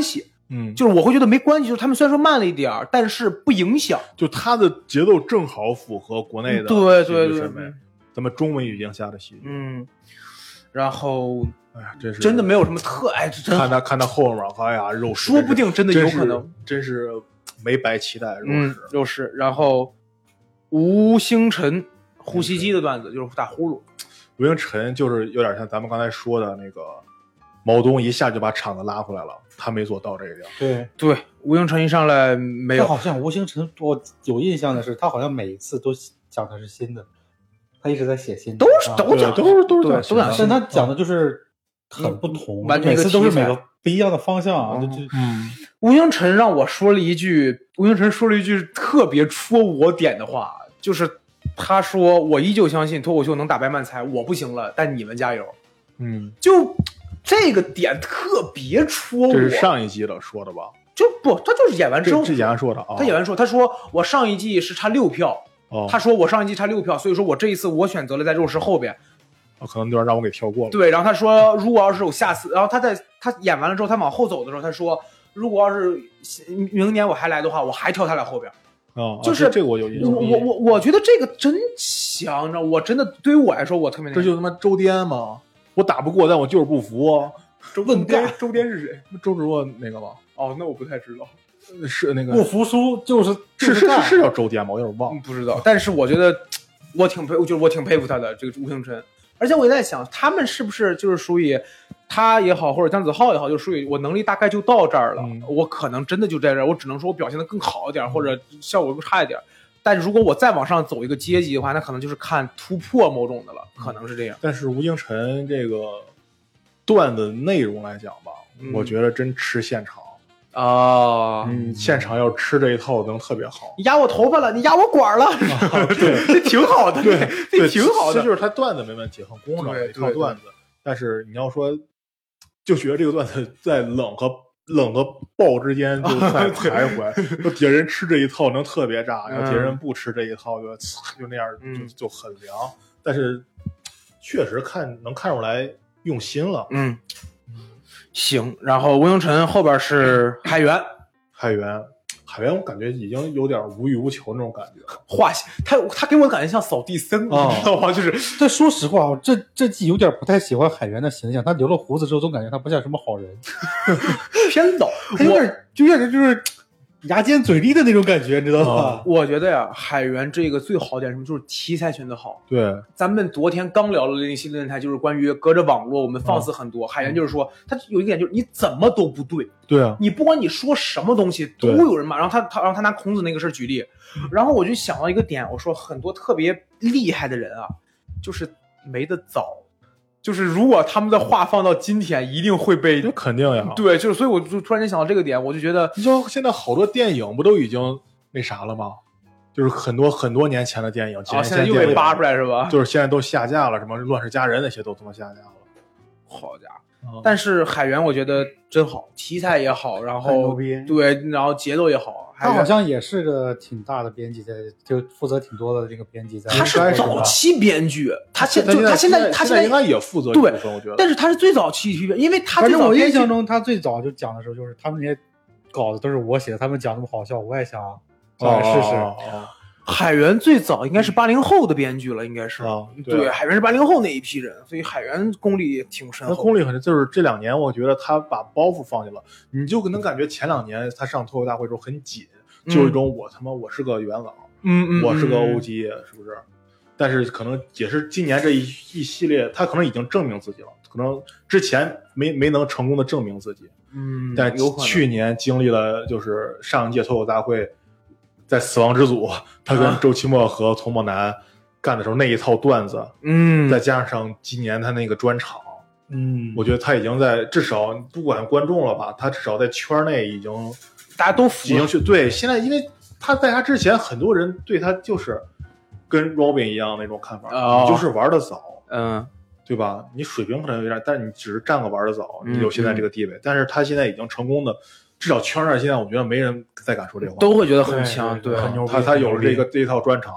就是我会觉得没关系，就是他们虽然说慢了一点但是不影响， 就他的节奏正好符合国内的对审美，咱们中文语境下的喜剧。 然后哎呀，真是真的没有什么特真看他后面，哎呀，肉食说不定真的有可能， 真是没白期待肉食。然后吴星辰呼吸机的段子就是打呼噜， 吴星辰就是有点像咱们刚才说的那个毛东，一下就把场子拉回来了，他没做到这一点。对，吴星辰一上来没有， 好像吴星辰我有印象的是，他好像每一次都讲的是新的，他一直在写新的， 都讲， 但他讲的就是很不同， 每次都是每个不一样的方向。 吴星辰让我说了一句，特别戳我点的话，就是他说：“我依旧相信脱口秀能打败漫才，我不行了，但你们加油。”就这个点特别戳我。 这是上一季的说的吧？ 他就是演完之后， 是演完说的啊。 他演完说，他说我上一季是差6票。他说我上一季差6票，所以说我这一次我选择了在肉食后边。 可能有点让我给跳过了。 对，然后他说如果要是有下次，然后他演完了之后，他往后走的时候，他说如果要是明年我还来的话，我还跳他俩后边。就是这个我有印象。 我觉得这个真强，你知道，我真的对于我来说，我特别这就他妈周颠嘛，我打不过，但我就是不服。 周颠是谁？ 周芷若那个吗？ 那我不太知道。 是那个不服输，就是叫周颠吗？我有点忘了， 不知道。但是我觉得我挺佩服他的这个吴星辰，而且我也在想，他们是不是就是属于他也好，或者姜子浩也好，就属于我能力大概就到这儿了，我可能真的就在这儿，我只能说我表现得更好一点，或者效果更差一点。但如果我再往上走一个阶级的话，那可能就是看突破某种的了，可能是这样。 但是吴星辰这个段子内容来讲吧，我觉得真吃现场。现场要吃这一套能特别好。 你压我头发了，你压我管了，对，这挺好的， 对， 这挺好的。 这就是他段子没问题，很工整的一套段子。但是你要说，就觉得这个段子在冷和爆之间就在徘徊，就底下人吃这一套能特别炸，然后底下人不吃这一套就那样就很凉。但是确实能看出来用心了。 行，然后吴星辰后边是海源， 我感觉已经有点无欲无求那种感觉了。 他给我感觉像扫地僧，你知道吗？就是， 但说实话，这季有点不太喜欢海源的形象。他留了胡子之后，总感觉他不像什么好人， 偏老， 他有点就是牙尖嘴利的那种感觉，你知道吗？ 我觉得呀，海源这个最好点什么，就是题材选的好。 对，咱们昨天刚聊了那新论坛，就是关于隔着网络我们放肆很多。海源就是说，他有一点就是你怎么都不对。 对啊， 你不管你说什么东西都有人骂。然后他拿孔子那个事举例，然后我就想到一个点，我说很多特别厉害的人啊，就是没得早。就是如果他们的话放到今天，一定会被肯定呀。 对，就是所以我就突然间想到这个点，我就觉得， 你说现在好多电影不都已经那啥了吗？就是很多年前的电影， 现在又被扒出来是吧？ 就是现在都下架了，什么《乱世佳人》那些都他妈下架了。 好家伙！但是海源我觉得真好，题材也好，然后对，然后节奏也好。 他好像也是个挺大的编辑，就负责挺多的这个编辑在。 他是早期编剧，他现在应该也负责对， 我觉得。 但是他是最早期编，因为他反正我印象中他最早就讲的时候，就是他们那些稿子都是我写的，他们讲那么好笑，我也想试试。 海源最早应该是80后的编剧了，应该是对，海源是80后那一批人，所以海源功力挺深厚。 功力很，就是这2年，我觉得他把包袱放下了，你就能感觉前2年他上脱口大会的时候很紧，就一种我是个元老，我是个 OG， 是不是？但是可能也是今年这一系列，他可能已经证明自己了，可能之前没能成功的证明自己，但去年经历了就是上一届脱口大会。在死亡之组，他跟周奇墨和童漠南干的时候那一套段子，再加上今年他那个专场，我觉得他已经在至少不管观众了吧，他至少在圈内已经大家都服了。 已经去对，现在因为他在他之前，很多人对他就是跟 Robin 一样那种看法，你就是玩的早，对吧？你水平可能有点，但你只是站个玩的早，你有现在这个地位。但是他现在已经成功的。至少圈上现在我觉得没人再敢说这话， 都会觉得很强，对， 很牛逼。他有了这一套专场，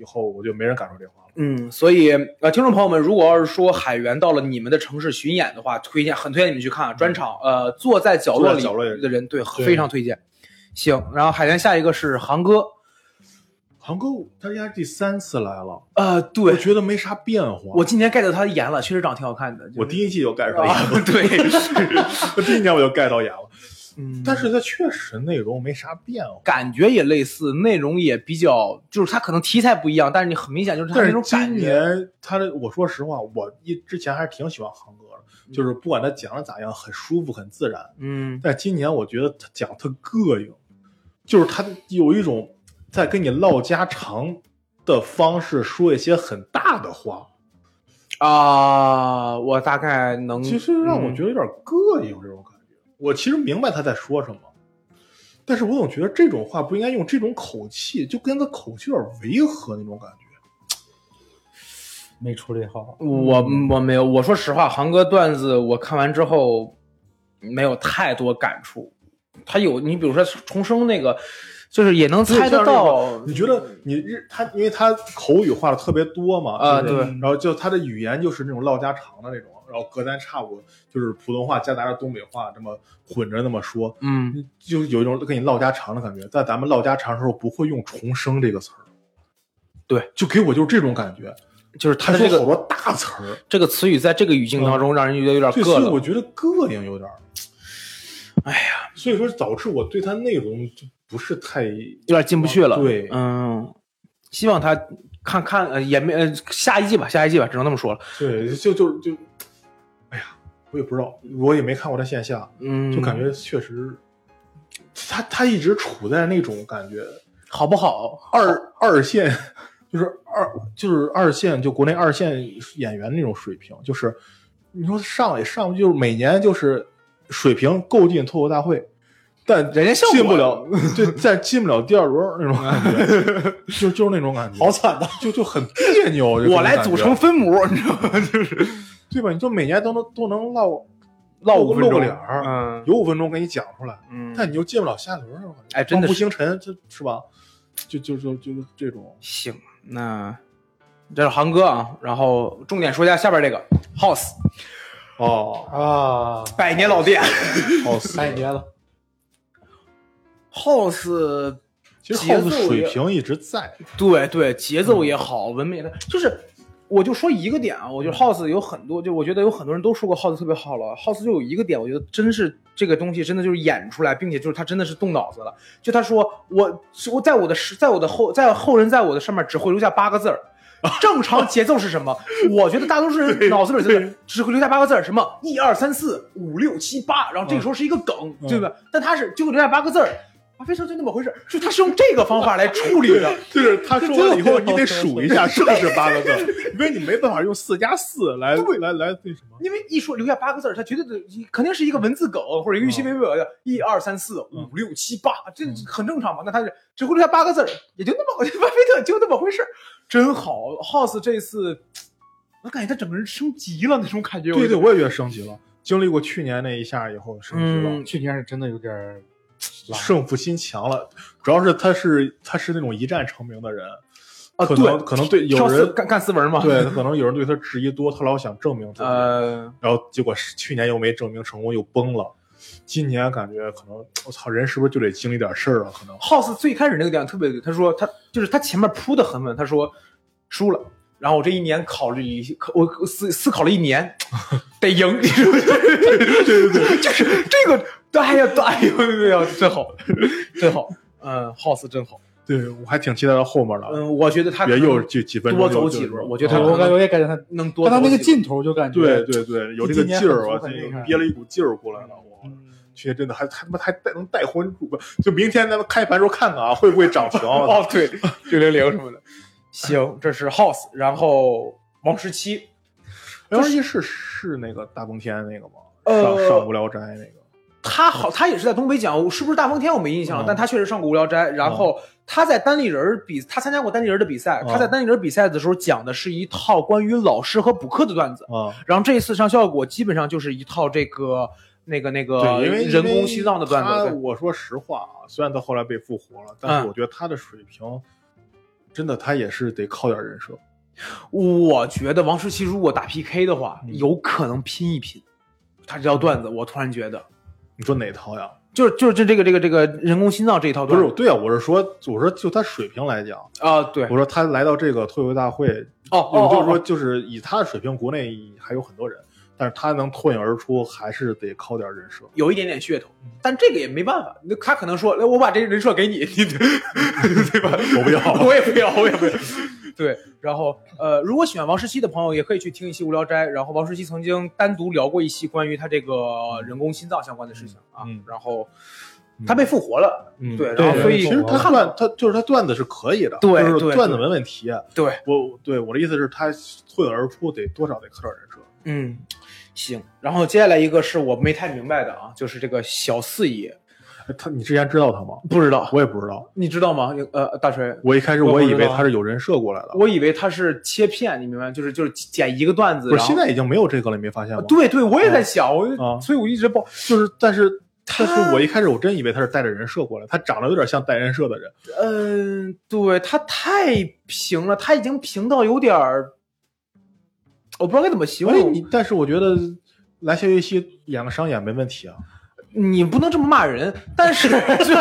以后我就没人敢说这话了。 所以听众朋友们，如果要是说海源到了你们的城市巡演的话，很推荐你们去看专场。坐在角落里的人，对，非常推荐。行，然后海源下一个是航哥。 航哥他应该是第3次来了。 对， 我觉得没啥变化。 我今年 get 到他的颜了，确实长得挺好看的。 我第1季就 get 到颜了。 对， 我第1年我就 get 到颜了。但是它确实内容没啥变化， 感觉也类似，内容也比较，就是它可能题材不一样，但是你很明显就是它那种感觉。 今年他的，我说实话，我之前还是挺喜欢航哥的，就是不管他讲的咋样，很舒服，很自然。但今年我觉得他讲他膈应，就是他有一种在跟你唠家常的方式说一些很大的话。 我大概能， 其实让我觉得有点膈应这种感觉。我其实明白他在说什么，但是我总觉得这种话不应该用这种口气，就跟他口气有点违和那种感觉。 没处理好。 我没有，我说实话，航哥段子我看完之后没有太多感触。他有，你比如说重生那个，就是也能猜得到。 你觉得他因为他口语化的特别多嘛， 对， 然后就他的语言就是那种唠家常的那种。然后隔三差五就是普通话夹杂着东北话这么混着那么说，就有一种跟你唠家常的感觉。在咱们唠家常的时候不会用重生这个词儿， 对， 就给我就是这种感觉， 就是他的这个好多大词儿， 这个词语在这个语境当中让人觉得有点膈了。 所以我觉得膈应有点，哎呀，所以说导致我对他内容就不是太有点进不去了。 对， 希望他看也没下一季吧，只能那么说了。 对，就哎呀，我也不知道，我也没看过他线下，就感觉确实，他一直处在那种感觉， 好不好？ 二线，就是二线，就国内2线演员那种水平，就是你说上也上不，就是每年就是水平够进脱口大会，但人家进不了，对，再进不了第2轮那种感觉，就是那种感觉， 好惨的， 就很别扭。 我来组成分母，你知道吗？就是对吧？你就每年都能唠 5分钟个脸儿，有5分钟给你讲出来，但你又进不了下轮， 哎，真的不星辰，是吧？就这种。 行，那这是航哥啊，然后重点说一下下边这个 House。100年老店 ，House 100年了。 House 其实 House 水平一直在， 对，节奏也好，文本也就是我就说一个点啊，我觉得 House 有很多，就我觉得有很多人都说过 House 特别好了 ，House 就有一个点，我觉得真是这个东西真的就是演出来，并且就是他真的是动脑子了。就他说我在后人在我的上面只会留下8个字儿。正常节奏是什么？我觉得大多数人脑子里只会留下8个字儿，什么1、2、3、4、5、6、7、8，然后这个时候是一个梗，对吧？但他就会留下8个字儿。非常就那么回事，就他是用这个方法来处理的， 就是他说完以后你得数一下是不是8个字，因为你没办法用4加4来那什么， 因为一说留下8个字，他绝对肯定是一个文字梗或者一个预期微表的1、2、3、4、5、6、7、8，这很正常嘛。那他只会留下8个字，也就那么巴菲特就那么回事，真好。House 这次我感觉他整个人升级了那种感觉， 对，我也觉得升级了，经历过去年那一下以后升级了， 去年是真的有点胜负心强了，主要是他是那种一战成名的人啊， 可能对有人干斯文嘛， 对他可能有人对他质疑多，他老想证明自己，然后结果去年又没证明成功，又崩了。今年感觉可能我操，人是不是就得经历点事儿啊？可能 House 最开始那个点特别对，他说他前面铺的很稳，他说输了。然后我这1年我思考了1年，得赢。对，就是这个，哎呀，真好。House 真好。 对，我还挺期待到后面的。 我觉得他别又几分钟多走几轮，我觉得我也感觉他能多走他那个劲头就感觉，对，有这个劲儿，我憋了一股劲儿过来了，我去年真的还能带魂主，就明天咱们开盘时候看看啊，会不会涨停？ 对，600什么的。行，这是 House， 然后王17 是那个大风天那个吗？上无聊斋那个。 他也是在东北讲，是不是大风天我没印象，但他确实上过无聊斋。然后他在单立人他参加过单立人的比赛。他在单立人比赛的时候讲的是一套关于老师和补课的段子。然后这一次上效果基本上就是一套这个那个人工西藏的段子。 我说实话啊，虽然他后来被复活了，但是我觉得他的水平真的他也是得靠点人设。 我觉得王石奇如果打 PK 的话，有可能拼一拼。他这套段子，我突然觉得， 你说哪套呀？ 就是这个人工心脏这一套段子。 不是，对啊，我说就他水平来讲啊，对， 我说他来到这个脱口秀大会，就是说就是以他的水平，国内还有很多人。但是他能脱颖而出，还是得靠点人设， 有一点点噱头，但这个也没办法。他可能说：“我把这人设给你，对吧？” 我不要， 我也不要。对，然后如果喜欢王石溪的朋友，也可以去听一期《无聊斋》。然后王石溪曾经单独聊过一期关于他这个人工心脏相关的事情啊。然后他被复活了，对，然后所以其实他段子是可以的， 对， 就是段子没问题。 对， 我的意思是，他脱颖而出得多少得靠点人设。 行，然后接下来一个是我没太明白的啊，就是这个小四爷， 你之前知道他吗？ 不知道， 我也不知道， 你知道吗？大锤， 我一开始我以为他是有人设过来的， 我以为他是切片，你明白？就是剪一个段子， 不是现在已经没有这个了，你没发现吗？ 对，我也在想，所以我一直报， 就是但是我一开始我真以为他是带着人设过来，他长得有点像带人设的人。 对，他太平了，他已经平到有点儿。我不知道该怎么形容， 但是我觉得来肖岳熙演个商演没问题啊。 你不能这么骂人，但是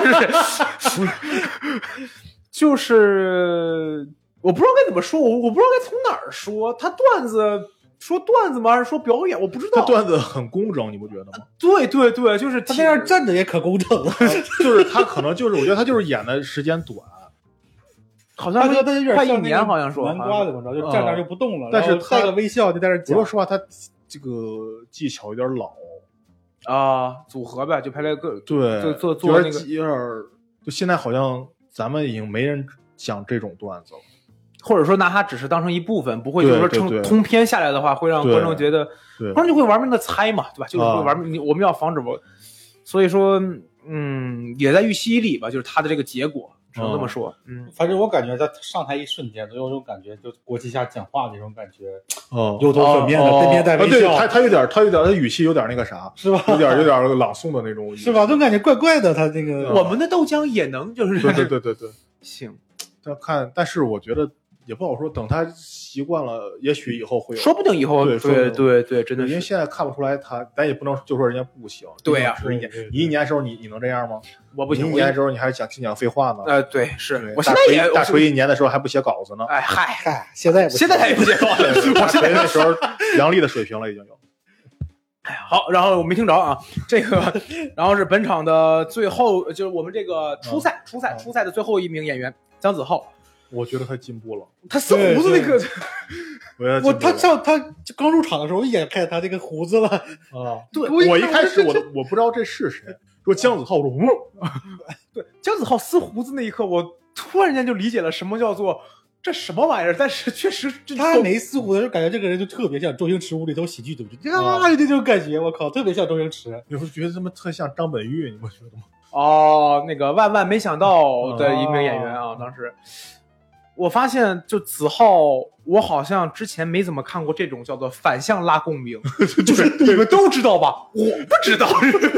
就是我不知道该怎么说，我不知道该从哪儿说。他段子吗？还是说表演？我不知道。 他段子很工整，你不觉得吗？ 对，就是他那样站着也可工整了。 就是他可能就是，我觉得他就是演的时间短。 好像快1年，好像说南瓜怎么着，就站那就不动了。 但是带个微笑就在那讲。 说实话，他这个技巧有点老啊，组合呗，就拍了个对， 做那个有点，就现在好像咱们已经没人讲这种段子了， 或者说拿它只是当成一部分，不会就是说通篇下来的话，会让观众觉得，观众就会玩命的猜嘛，对吧？就是会玩命，我们要防止所以说，也在预期里吧，就是他的这个结果。只能这么说， 反正我感觉在上台一瞬间，有种感觉，就国旗下讲话那种感觉，油头粉面的，对面带微笑。 对，他有点，他语气有点那个啥， 是吧？ 有点朗诵的那种语气， 是吧？总感觉怪怪的，他这个。 我们的豆浆也能，就是对， 行。 但是我觉得也不好说，等他习惯了，也许以后会有， 说不定以后对，真的， 因为现在看不出来他，咱也不能就说人家不行。 对呀， 一年的时候你能这样吗？ 我不行， 一年的时候你还听讲废话呢。 对，是我现在也大锤1年的时候还不写稿子呢。 哎嗨， 现在他也不写稿子， 我现在那时候杨笠的水平了已经有。 哎，好，然后我没听着啊，这个，然后是本场的最后，就是我们这个初赛的最后一名演员姜子浩。 我觉得他进步了， 他撕胡子那个， 他刚入场的时候，一眼看见他这个胡子了啊！ 对， 我一开始我不知道这是谁，说姜子浩，我说对，姜子浩撕胡子那一刻，我突然间就理解了什么叫做这什么玩意儿。但是确实， 他没撕胡子，就感觉这个人就特别像周星驰无厘头喜剧，对不对？这种感觉，我靠，特别像周星驰。 你会觉得他们特像张本煜，你不觉得吗？ 哦，那个万万没想到的一名演员啊，当时。我发现就子浩，我好像之前没怎么看过这种叫做反向拉共鸣，就是你们都知道吧？我不知道，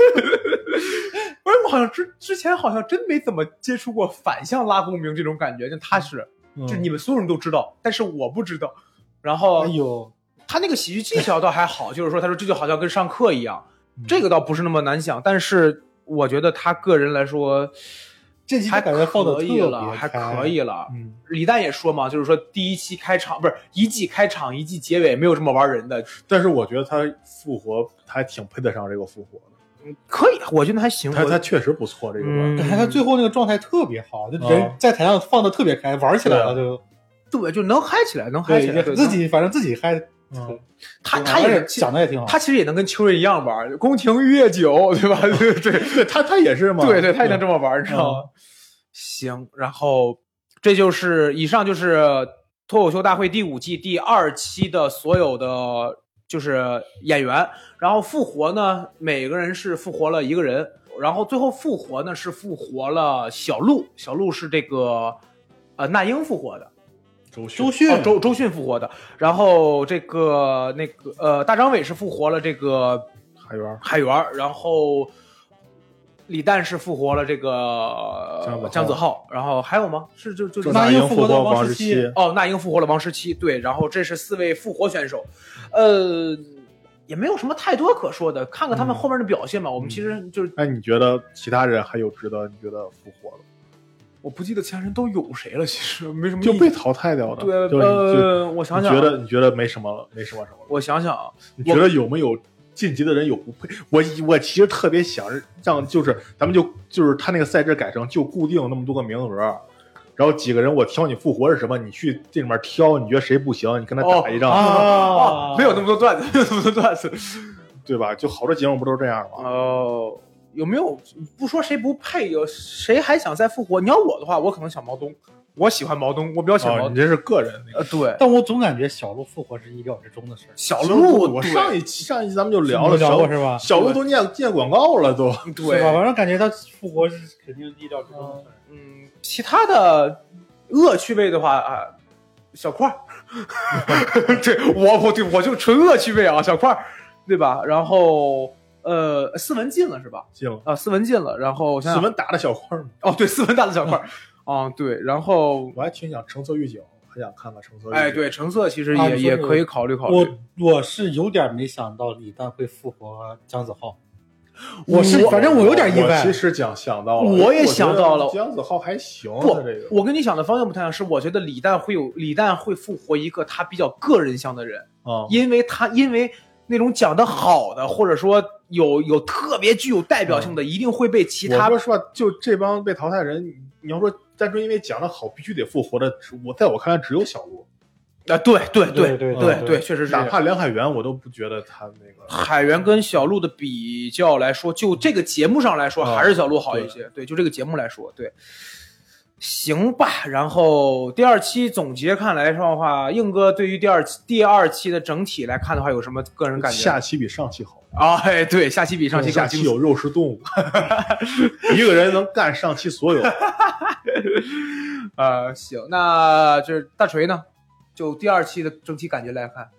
我好像之前好像真没怎么接触过反向拉共鸣这种感觉，就他是，就是你们所有人都知道，但是我不知道。然后， 哎呦， 他那个喜剧技巧倒还好，就是说他说这就好像跟上课一样，这个倒不是那么难想，但是我觉得他个人来说。 这期感觉放的可以了，还可以了。李诞也说嘛，就是说第一期开场不是一季开场一季结尾没有这么玩人的。 但是我觉得他复活还挺配得上这个复活的。 可以，我觉得还行。 他确实不错，这个感觉他最后那个状态特别好，就人在台上放的特别开，玩起来了就。 对，就能嗨起来，能嗨起来。 反正自己嗨。 他也讲的也挺好， 他其实也能跟秋瑞一样玩，宫廷御乐酒，对吧？对， 他也是嘛， 对，他也能这么玩，你知道吗？行，然后这就是以上就是脱口秀大会第5季第2期的所有的就是演员，然后复活呢，每个人是复活了1个人，然后最后复活呢是复活了小鹿是这个那英复活的。周迅复活的，然后这个那个大张伟是复活了这个海源， 然后李诞是复活了这个姜子浩，然后还有吗？是就那英复活了王十七。 哦，那英复活了王十七，对，然后这是4位复活选手，也没有什么太多可说的，看看他们后面的表现吧。我们其实就是， 哎，你觉得其他人还有值得你觉得复活的？ 我不记得其他人都有谁了，其实没什么就被淘汰掉的。 对，我想想， 你觉得没什么？ 我想想啊， 你觉得有没有晋级的人有不配？我其实特别想让就是咱们就是他那个赛制改成就固定那么多个名额，然后几个人我挑你复活是什么，你去这里面挑，你觉得谁不行，你跟他打一仗。 没有那么多段子， 对吧？就好多节目不都是这样吗？ 哦。有没有不说谁不配？有谁还想再复活？你要我的话，我可能想毛东，我喜欢毛东，我比较喜欢毛东。 你这是个人对， 但我总感觉小鹿复活是意料之中的事。 小鹿， 我上一期咱们就聊过是吧？ 小鹿都念广告了都， 对吧？反正感觉他复活是肯定意料之中的事。 其他的恶趣味的话啊，小块对我就纯恶趣味啊，小块对吧？然后。斯文进了是吧？ 进了啊，斯文进了，然后斯文打的小块吗？ 哦，对，斯文打的小块，对，然后我还挺想橙色预警，还想看看橙色。 哎，对，橙色其实也可以考虑。 我是有点没想到李诞会复活姜子浩，反正我有点意外。 其实想到了， 我也想到了， 姜子浩还行。 不，我跟你想的方向不太一样，是我觉得李诞会复活一个他比较个人向的人啊，因为那种讲的好的，或者说有特别具有代表性的，一定会被其他。 我说实话，就这帮被淘汰人，你要说单纯因为讲的好必须得复活的，在我看来只有小鹿。 啊，对，确实是。 哪怕梁海源，我都不觉得他那个。 海源跟小鹿的比较来说，就这个节目上来说，还是小鹿好一些。对，就这个节目来说，对。行吧，然后第2期总结看来说的话，硬哥对于第二期的整体来看的话，有什么个人感觉？ 下期比上期好啊！哎，对，下期比上期下期有肉食动物，一个人能干上期所有。 行，那这大锤呢？就第2期的整体感觉来看。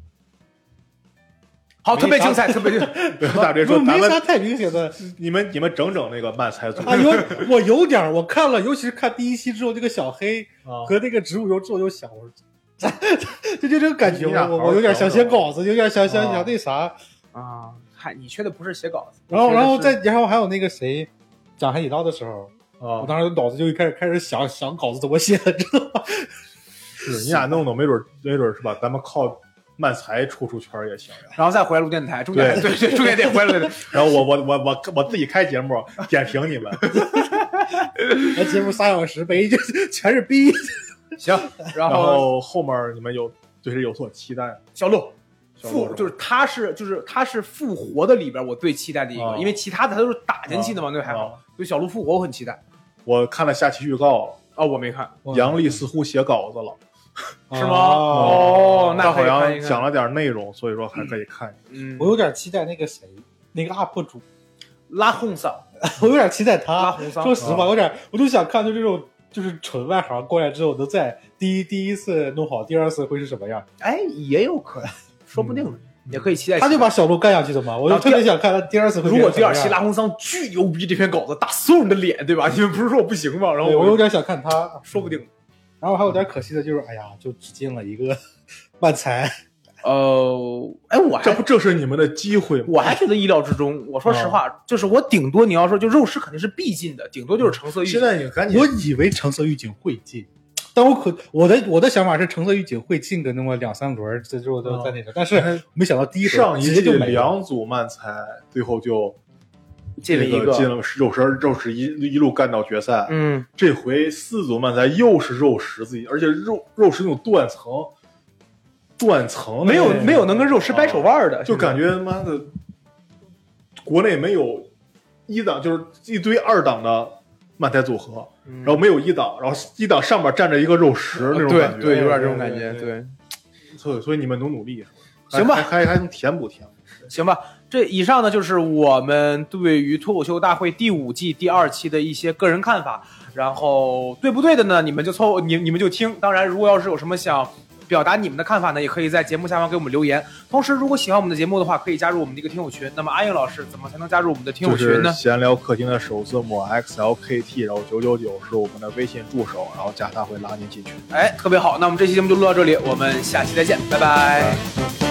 好，特别精彩，特别精彩。 大锤说：“ 没啥太明显的， 你们整那个漫才组啊，我有点，我看了，尤其是看第1期之后，这个小黑和那个植物油之后，就想，我说，就这个感觉，我有点想写稿子，有点想那啥啊。嗨，你缺的不是写稿子， 然后还有那个谁讲海底捞的时候我当时脑子就开始想稿子怎么写的，知道吗？ 是你俩弄，没准是吧？咱们靠。”漫才出圈也行呀， 然后再回来录电台，中间得回来。 然后我自己开节目点评你们， 那节目3小时呗，就全是逼。 行，然后后面你们对谁有所期待？ 小鹿就是他是复活的里边我最期待的一个，因为其他的他都是打进去的嘛，那还好。对小鹿复活我很期待。 我看了下期预告了，我没看。 杨笠似乎写稿子了。 是吗？那好像讲了点内容，所以说还可以看。 我有点期待那个谁，那个UP主拉红桑， 我有点期待他。 拉红桑， 说实话，有点，我就想看，就这种就是纯外行过来之后，能在第一次弄好，第2次会是什么样？ 哎，也有可能，说不定也可以期待。 他就把小鹿干下去的嘛，我就特别想看他第2次会。 如果第2期拉红桑巨牛逼，这篇稿子打所有人的脸，对吧？你们不是说我不行吗？然后我有点想看他， 说不定。 然后还有点可惜的就是，哎呀，就只进了一个漫才。 这是你们的机会吗？ 我还觉得意料之中。我说实话，就是我顶多你要说就肉食肯定是必进的，顶多就是橙色预警。 现在你赶紧， 我以为橙色预警会进，但我的想法是橙色预警会进个那么2-3轮，这之后都在那个，但是没想到第一上一季2组漫才，最后就。 进了肉食一路干到决赛。这回4组漫才又是肉食自己，而且肉食那种断层， 没有能跟肉食掰手腕的， 就感觉妈的，国内没有1档，就是一堆2档的漫才组合，然后没有1档，然后1档上面站着一个肉食那种感觉， 对，有点这种感觉，对。 所以你们努力， 行吧， 还能填补。 行吧，这以上呢就是我们对于脱口秀大会第5季第2期的一些个人看法，然后对不对的呢，你们就听。当然，如果要是有什么想表达你们的看法呢，也可以在节目下方给我们留言。同时，如果喜欢我们的节目的话，可以加入我们的一个听友群。那么阿英老师怎么才能加入我们的听友群呢？ 就是闲聊客厅的首字母 XLKT， 然后999是我们的微信助手，然后加他会拉您进群。 哎，特别好。那我们这期节目就录到这里，我们下期再见，拜拜。